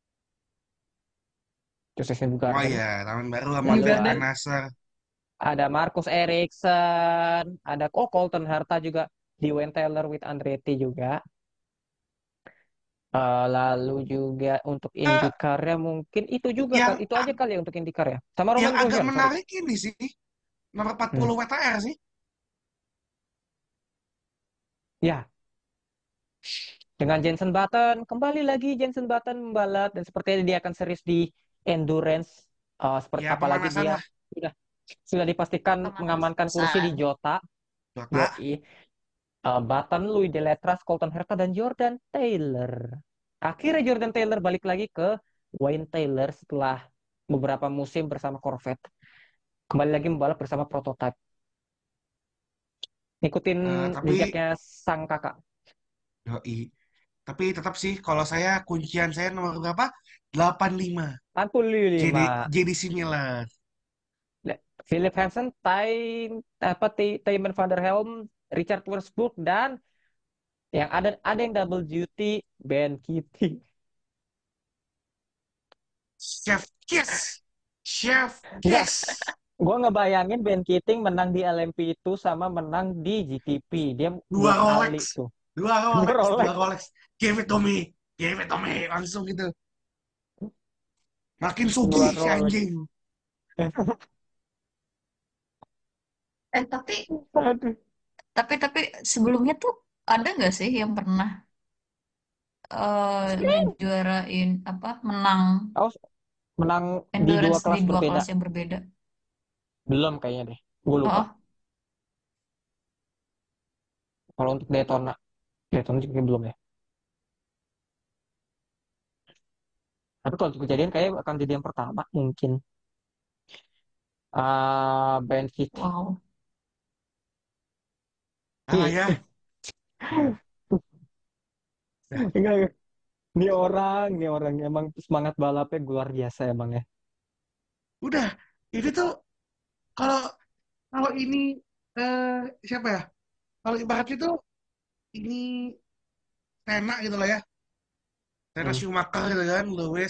Joseph oh Newgarden. ya, Taman Baru sama Lalu Felipe Newgarden. a- Nasser. ada Marcus Ericsson, ada oh Colton Herta juga di Wayne Taylor with Andretti juga. Eh, lalu juga untuk Eh, IndyCar-nya mungkin itu juga yang kali, itu aja kali ya untuk IndyCar ya. Sama yang Roman agak Grosjean, sorry. menarik ini sih, nomor Hmm. empat puluh W T R sih. Ya, dengan Jensen Button, kembali lagi Jensen Button membalap dan sepertinya dia akan serius di endurance. Eh, seperti Ya apalagi pemanasan dia lah. sudah sudah dipastikan mengamankan kursi di Pemanasan. Jota. Jota. Yoi. Eh, Button, Louis Deletras, Colton Herta dan Jordan Taylor. Akhirnya Jordan Taylor balik lagi ke Wayne Taylor setelah beberapa musim bersama Corvette. Kembali lagi membalap bersama Prototype. Ngikutin Eh, tapi jejaknya sang kakak. yoi. Tapi tetap sih kalau saya kuncian saya nomor berapa? delapan puluh lima. JD empat puluh lima. J D C Miller. Le- Philip Hansen, Ty, apa, Ty- Tymon van der Helm, Richard Westbrook, dan yang ada ada yang double duty, Ben Keating. Chef Kiss. Chef Enggak, Kiss. gue ngebayangin Ben Keating menang di L M P itu sama menang di G T P. Dia Dua dua kali Rolex. tuh. Dua Dua Rolex. Dua Rolex. Rolex. Give it to me. Give it to me. Langsung gitu. Makin sugih Dua si Rolex. anjing. Eh tapi Aduh. tapi tapi sebelumnya tuh ada nggak sih yang pernah eh ngejuarain apa menang Oh, menang di dua endurance di kelas dua berbeda. kelas yang berbeda? Belum kayaknya deh. Gue lupa. Oh, Kalau untuk Daytona. Daytona juga belum ya. Tapi kalau untuk kejadian kayak akan jadi yang pertama mungkin. Ah, Ben Keating. wow. Ah ya. Dah. Enggak, enggak. Ini orang, ini orang emang semangat balapnya luar biasa emang ya. Udah. Ini tuh kalau kalau ini eh, siapa ya? Kalau ibaratnya tuh ini Senna gitu lah ya. Senna Hmm. Schumacher gitu kan, Lewis.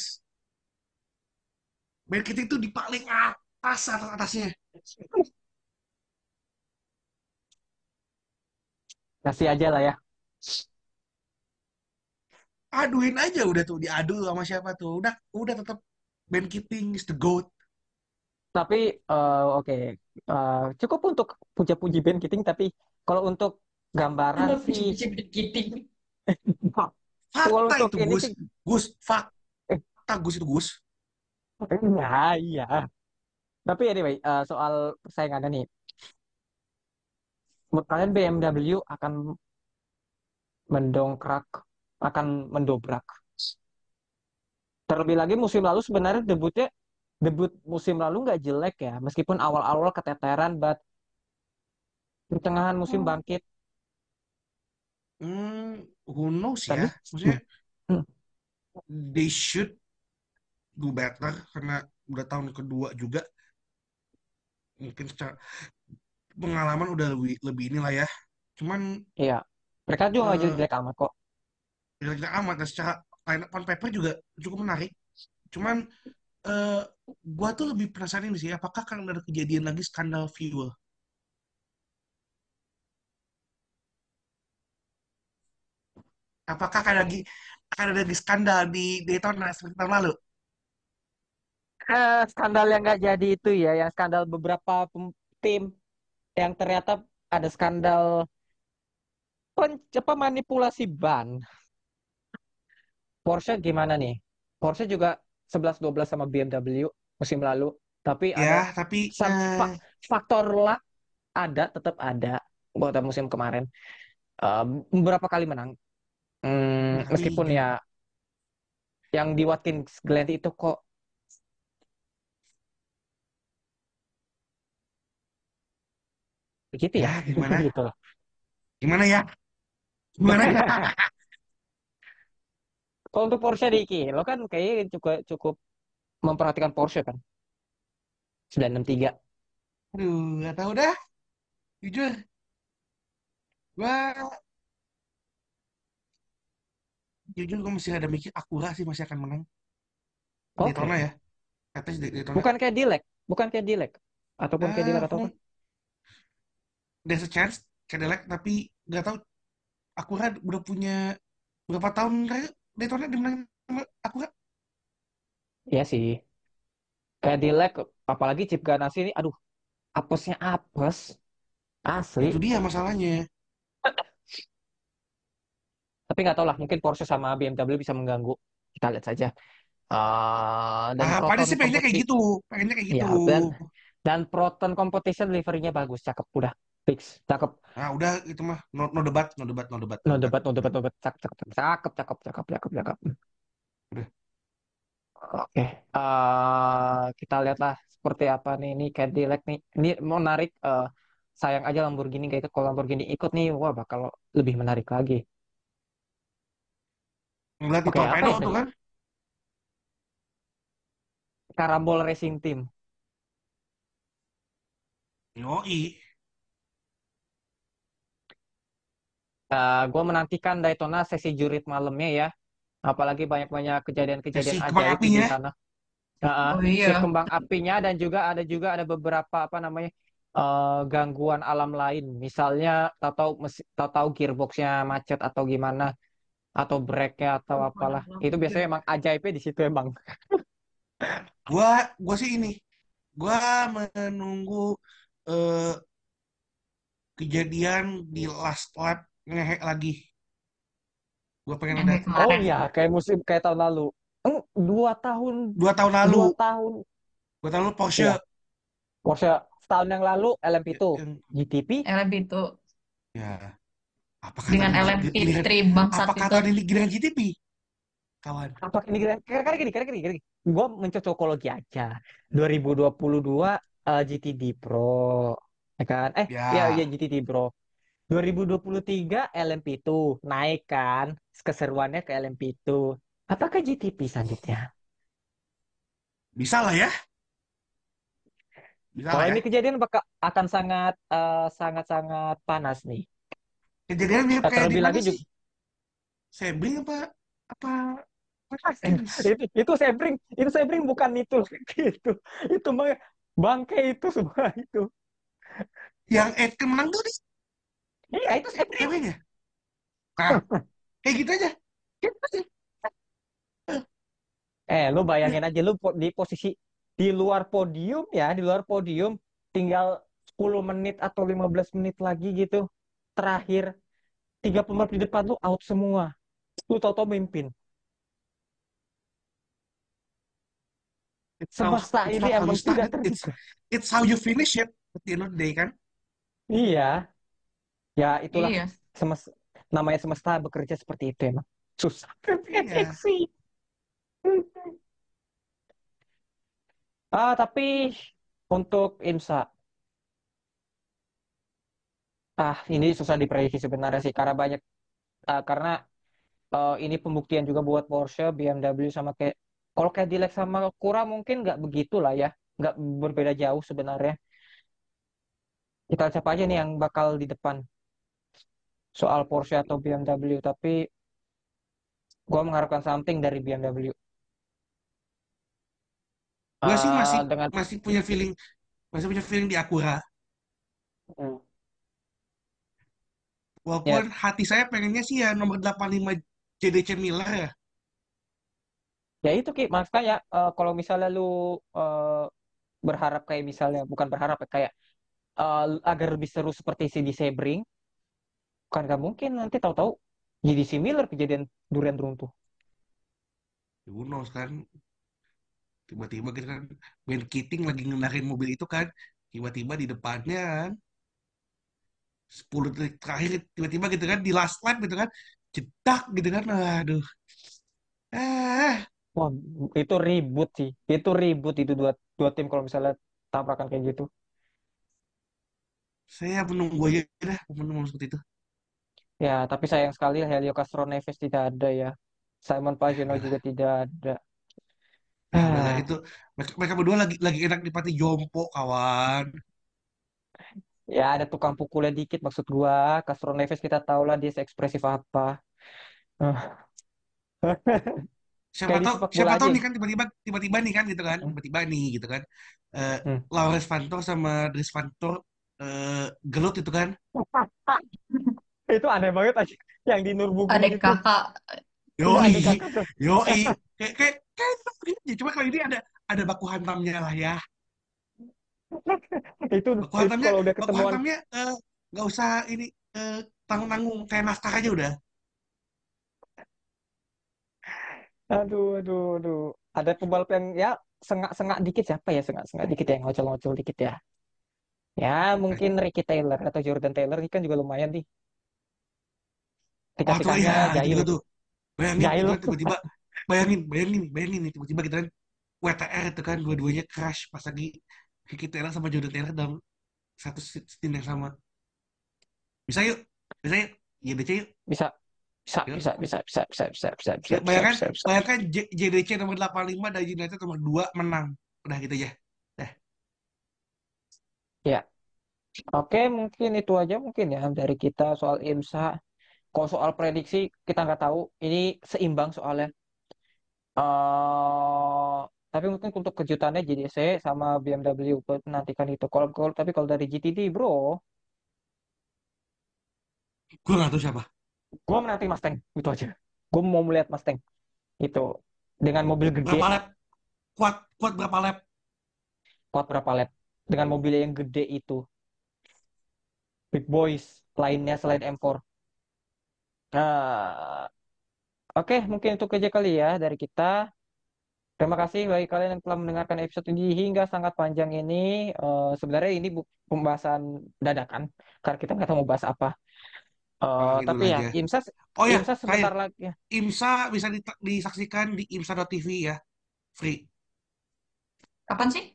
Ben Keating tuh di paling atas atas atasnya. Kasih aja lah ya. Aduin aja udah tuh diadu sama siapa tuh. Udah udah tetap Ben Keating is the GOAT. Tapi eh, oke. Eh, cukup untuk puja-puji Ben Keating, tapi kalau untuk gambaran sih, Puji-puji. kalau Fakta untuk itu ini Gus. sih, Gus, eh, fakta Gus itu Gus. nah, iya. Tapi anyway, eh, soal persaingannya nih, menurut kalian B M W akan mendongkrak, akan mendobrak. Terlebih lagi musim lalu sebenarnya debutnya, debut musim lalu nggak jelek ya, meskipun awal-awal keteteran, but pertengahan musim bangkit. Hmm, who knows ya. Tadi, Maksudnya hmm, hmm, they should do better karena udah tahun kedua juga. Mungkin secara pengalaman udah lebih lebih inilah ya. Cuman iya, mereka juga nggak eh jelek-jelek amat kok. tidak amat dan secara line up on paper juga cukup menarik. Cuman eh gua tuh lebih penasaran ini sih, apakah akan ada kejadian lagi skandal fuel? Apakah akan lagi akan ada lagi skandal di Daytona seperti tahun lalu? Eh, skandal yang nggak jadi itu ya, yang skandal beberapa pem- tim yang ternyata ada skandal pen- apa, manipulasi ban. Porsche gimana nih? Porsche juga sebelas dua belas sama B M W musim lalu, tapi Ya, ada tapi some eh fa- faktor luck, ada, tetap ada buat musim kemarin. Eh, beberapa kali menang. ya, Hmm, tapi meskipun ju- ya yang di Watkins Glen itu kok begitu ya, ya gimana? gitu loh. Gimana ya? Gimana ya? Kalau untuk Porsche Diki, lo kan kayaknya cukup cukup memperhatikan Porsche kan, sembilan enam tiga. Aduh, nggak tahu dah. Jujur, gua jujur gua masih ada mikir Acura sih masih akan menang Daytona Oke. ya. Atas Daytona. Bukan kayak Dilek, bukan kayak Dilek, ataupun kayak Eh, Dilek atau apa? mung- there's a chance Cadillac tapi nggak tahu Acura udah punya berapa tahun terakhir Daytona dimenangin sama Acura. Iya sih. Kayak Dilek, apalagi Chip Ganassi ini, aduh, apesnya apes, asli. Itu dia masalahnya. Tapi nggak tahu lah, mungkin Porsche sama B M W bisa mengganggu. Kita lihat saja. Eh, dan Harapannya Proton sih pengennya kayak kompetisi, gitu, pengennya kayak gitu. ya, dan dan Proton competition liverynya bagus, cakep, udah fix, cakep. Nah, udah itu mah no, no debat, no debat, no debat, no No debat. debat, no debat, no debat, cakep, cakep, cakep, cakep, cakep, cakep, cakep. Udah. Oke, eh kita lihatlah seperti apa nih ini Cadillac nih. Ini menarik. eh sayang aja Lamborghini kayak itu. Kalau Lamborghini ikut nih, wah bakal lebih menarik lagi. Ngelatih Oke, apa torpedo ya tuh tadi? kan. Karambol Racing Team. Yoi. Eh gue menantikan Daytona sesi jurit malamnya ya. Apalagi banyak-banyak Sesi kejadian-kejadian kembang ajaib di apinya. sana. Heeh, Oh si iya. kembang apinya dan juga ada juga ada beberapa apa namanya eh, gangguan alam lain. Misalnya tahu-tahu mesi- tahu-tahu gearboxnya macet atau gimana atau brake-nya atau apalah. Itu biasanya emang ajaibnya di situ emang. Gua gua sih ini. Gua menunggu eh, kejadian di last lap ngehek lagi. Gua pengen Yang ada kayak Oh kemarin. iya, kayak musim kayak tahun lalu. Eng, dua tahun dua tahun lalu. dua tahun. Dua tahun lalu Porsche Iya, Porsche setahun yang lalu L M P itu yang G T P. L M P itu ya apakah dengan tahun ini gi- giliran L M P tiga bangsat apakah itu. tahun ini giliran G T P kawan? Apa ini karena karena gini, karena gini, karena gini. Gue mencocokologi aja. dua ribu dua puluh dua eh, G T D Pro, ya kan? Eh, ya, ya Ya G T D Pro. dua ribu dua puluh tiga L M P itu naik kan, keseruannya ke L M P itu. Apakah G T P selanjutnya? bisa lah ya, bisa lah Kalau ya. ini kejadian bakal akan sangat eh, sangat-sangat panas nih. Kejadian mirip Eh, kayak di terlebih mana lagi sih? juga Sebring apa apa Mercedes itu itu Sebring, itu Sebring bukan itu itu itu mah bangke itu semua itu. yang Aitken menang tuh di Iya, itu Sebring. ceweknya. Nah, kayak gitu aja. Gitu aja. Eh, lu Ya, bayangin aja lu po- di posisi di luar podium ya, di luar podium tinggal sepuluh menit atau lima belas menit lagi gitu. Terakhir tiga pemain di depan lu out semua. Lu tau-tau mimpin. it's how Semesta it's ini not how you emang tidak started. It's terduga. it's how you finish it at the end of the day kan. Iya, ya itulah Iya. semesta, namanya semesta bekerja seperti itu emang. Susah Iya. prediksi. Ah, tapi untuk IMSA, ah ini susah diprediksi sebenarnya sih karena banyak ah, karena eh, ini pembuktian juga buat Porsche, B M W sama kayak kalau Cadillac sama Cura mungkin nggak begitu lah ya, nggak berbeda jauh sebenarnya. Kita siapa aja nih yang bakal di depan soal Porsche atau B M W, tapi gua mengharapkan something dari B M W. Gue sih masih Eh, dengan masih punya feeling masih punya feeling di Acura. hmm, Walaupun ya hati saya pengennya sih ya nomor delapan puluh lima J D C Miller ya. ya itu Ki, makanya eh, kalau misalnya lu eh, berharap kayak misalnya bukan berharap ya, kayak eh, agar lebih seru seperti si di Sebring, kan nggak mungkin nanti tahu-tahu jadi si Miller kejadian durian runtuh. Who knows kan. Tiba-tiba kita kan Ben Keating lagi ngendarin mobil itu kan. Tiba-tiba di depannya kan sepuluh detik terakhir tiba-tiba gitu kan di last lap gitu kan. Cedak gitu kan. Aduh. Eh, Wah, itu ribut sih. Itu ribut itu dua dua tim kalau misalnya tabrakan kayak gitu. saya menunggu aja dah momen-momen seperti itu. Ya, tapi sayang sekali Helio Castro Neves tidak ada ya. Simon Ya Pagenaud juga udahlah. tidak ada. Ya udahlah Ah, itu mereka, mereka berdua lagi lagi enak di party jompo kawan. ya ada tukang pukulnya dikit maksud gua. Castro Neves kita tahu lah dia seekspresif apa. Ah, Siapa kayak di tahu sepak bola siapa tahu aja. nih kan tiba-tiba tiba-tiba nih kan gitu kan Hmm. tiba-tiba nih gitu kan eh Hmm. Lawrence Vantor sama Dries Vantor eh gelut itu kan. Itu aneh banget aja. Yang di Nürburgring Adik itu. kakak. Iya Yoi, ada kakak tuh. yoi, kayak kayak kayak itu begini. Cuma kali ini ada ada baku hantamnya lah ya. Itu Baku itu hantamnya, kalau udah baku ketemuan. hantamnya eh, nggak usah ini eh, tanggung-tanggung kayak NASCAR aja udah. Aduh, aduh, aduh. Ada pembalap yang ya sengak-sengak dikit siapa ya sengak-sengak dikit ya ngocol-ngocol dikit ya. Ya mungkin Ricky Taylor atau Jordan Taylor ini kan juga lumayan nih. Oh tuh Tiga-tiganya iya, itu jahil juga itu. tuh. Bayangin itu Jahil. kan tiba-tiba, bayangin, bayangin, bayangin nih tiba-tiba kita kan W T R itu kan dua-duanya crash pas lagi Ricky Taylor sama Jordan Taylor dalam satu stint yang sama. Bisa yuk, bisa yuk, iya bisa yuk. Bisa. Bisa, Ya, bisa, bisa, bisa, bisa, bisa, bisa, bisa, ya, bisa, bayangkan, bisa, bisa. bayangkan J- JDC nomor delapan puluh lima dan United nomor dua menang. Udah gitu ya. Dah. Ya, oke, mungkin itu aja mungkin ya dari kita soal IMSA. Kalau soal prediksi kita nggak tahu. Ini seimbang soalnya. eh tapi mungkin untuk kejutannya J D C sama B M W buat menantikan itu. Kalau kalau- tapi kalau dari G T D, bro, Gue nggak tahu siapa. gue menanti Mustang itu aja. Gue mau melihat Mustang itu dengan mobil gede, Berapa lap? Kuat, kuat berapa lap? kuat berapa lap, dengan mobil yang gede itu, big boys lainnya selain M empat. Nah, oke, mungkin itu aja kali ya dari kita. Terima kasih bagi kalian yang telah mendengarkan episode ini hingga sangat panjang ini. Eh, sebenarnya ini bu- pembahasan dadakan karena kita nggak tahu mau bahas apa. Ah, Eh, gitu tapi ya aja. IMSA Oh ya, IMSA terakhir. sebentar lagi ya. IMSA bisa dita- disaksikan di imsa dot t v ya. Free. Kapan sih?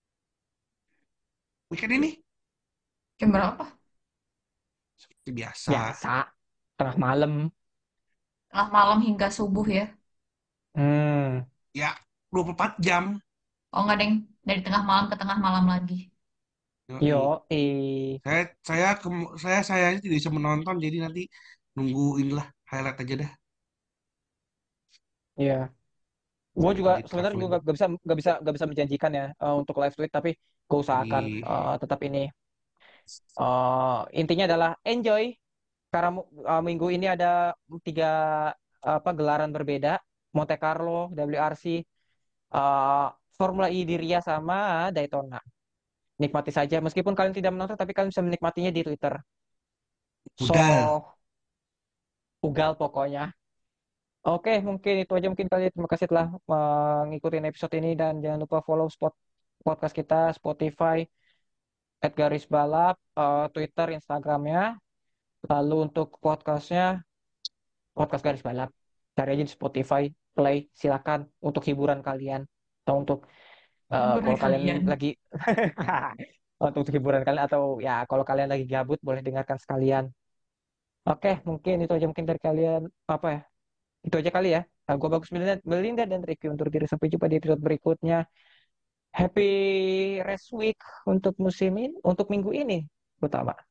Weekend ini Jam berapa? seperti biasa. Biasa tengah malam. Tengah malam hingga subuh ya. Hmm, Ya, dua puluh empat jam. Oh enggak, Deng. Dari tengah malam ke tengah malam lagi. Yoi. yo, eh, Saya saya kem- saya saya tidak bisa menonton jadi nanti nunggu inilah highlight aja dah ya. Gue juga lagi sebenarnya juga traveling. nggak bisa nggak bisa nggak bisa menjanjikan ya eh, untuk live tweet, tapi gue usahakan Di eh, tetap ini. Eh, intinya adalah enjoy karena mu- eh, minggu ini ada tiga apa gelaran berbeda, Monte Carlo, W R C, eh, Formula E di Ria sama Daytona. Nikmati saja meskipun kalian tidak menonton tapi kalian bisa menikmatinya di Twitter. Ugal. So, ugal pokoknya. Oke, mungkin itu aja mungkin kali. Terima kasih telah mengikuti episode ini dan jangan lupa follow spot podcast kita Spotify @garis balap, eh, Twitter, Instagramnya. Lalu untuk podcastnya podcast garis balap. Cari aja di Spotify, play, silakan untuk hiburan kalian atau untuk eh, Hiburan kalau kalian kalian. lagi untuk hiburan kalian atau ya kalau kalian lagi gabut boleh dengarkan sekalian. Oke, mungkin itu aja mungkin dari kalian apa ya? Itu aja kali ya. Nah, gue Bagus Melinda, Melinda dan Ricky untuk diri. Sampai jumpa di episode berikutnya. Happy rest week untuk musim ini, untuk minggu ini, utama.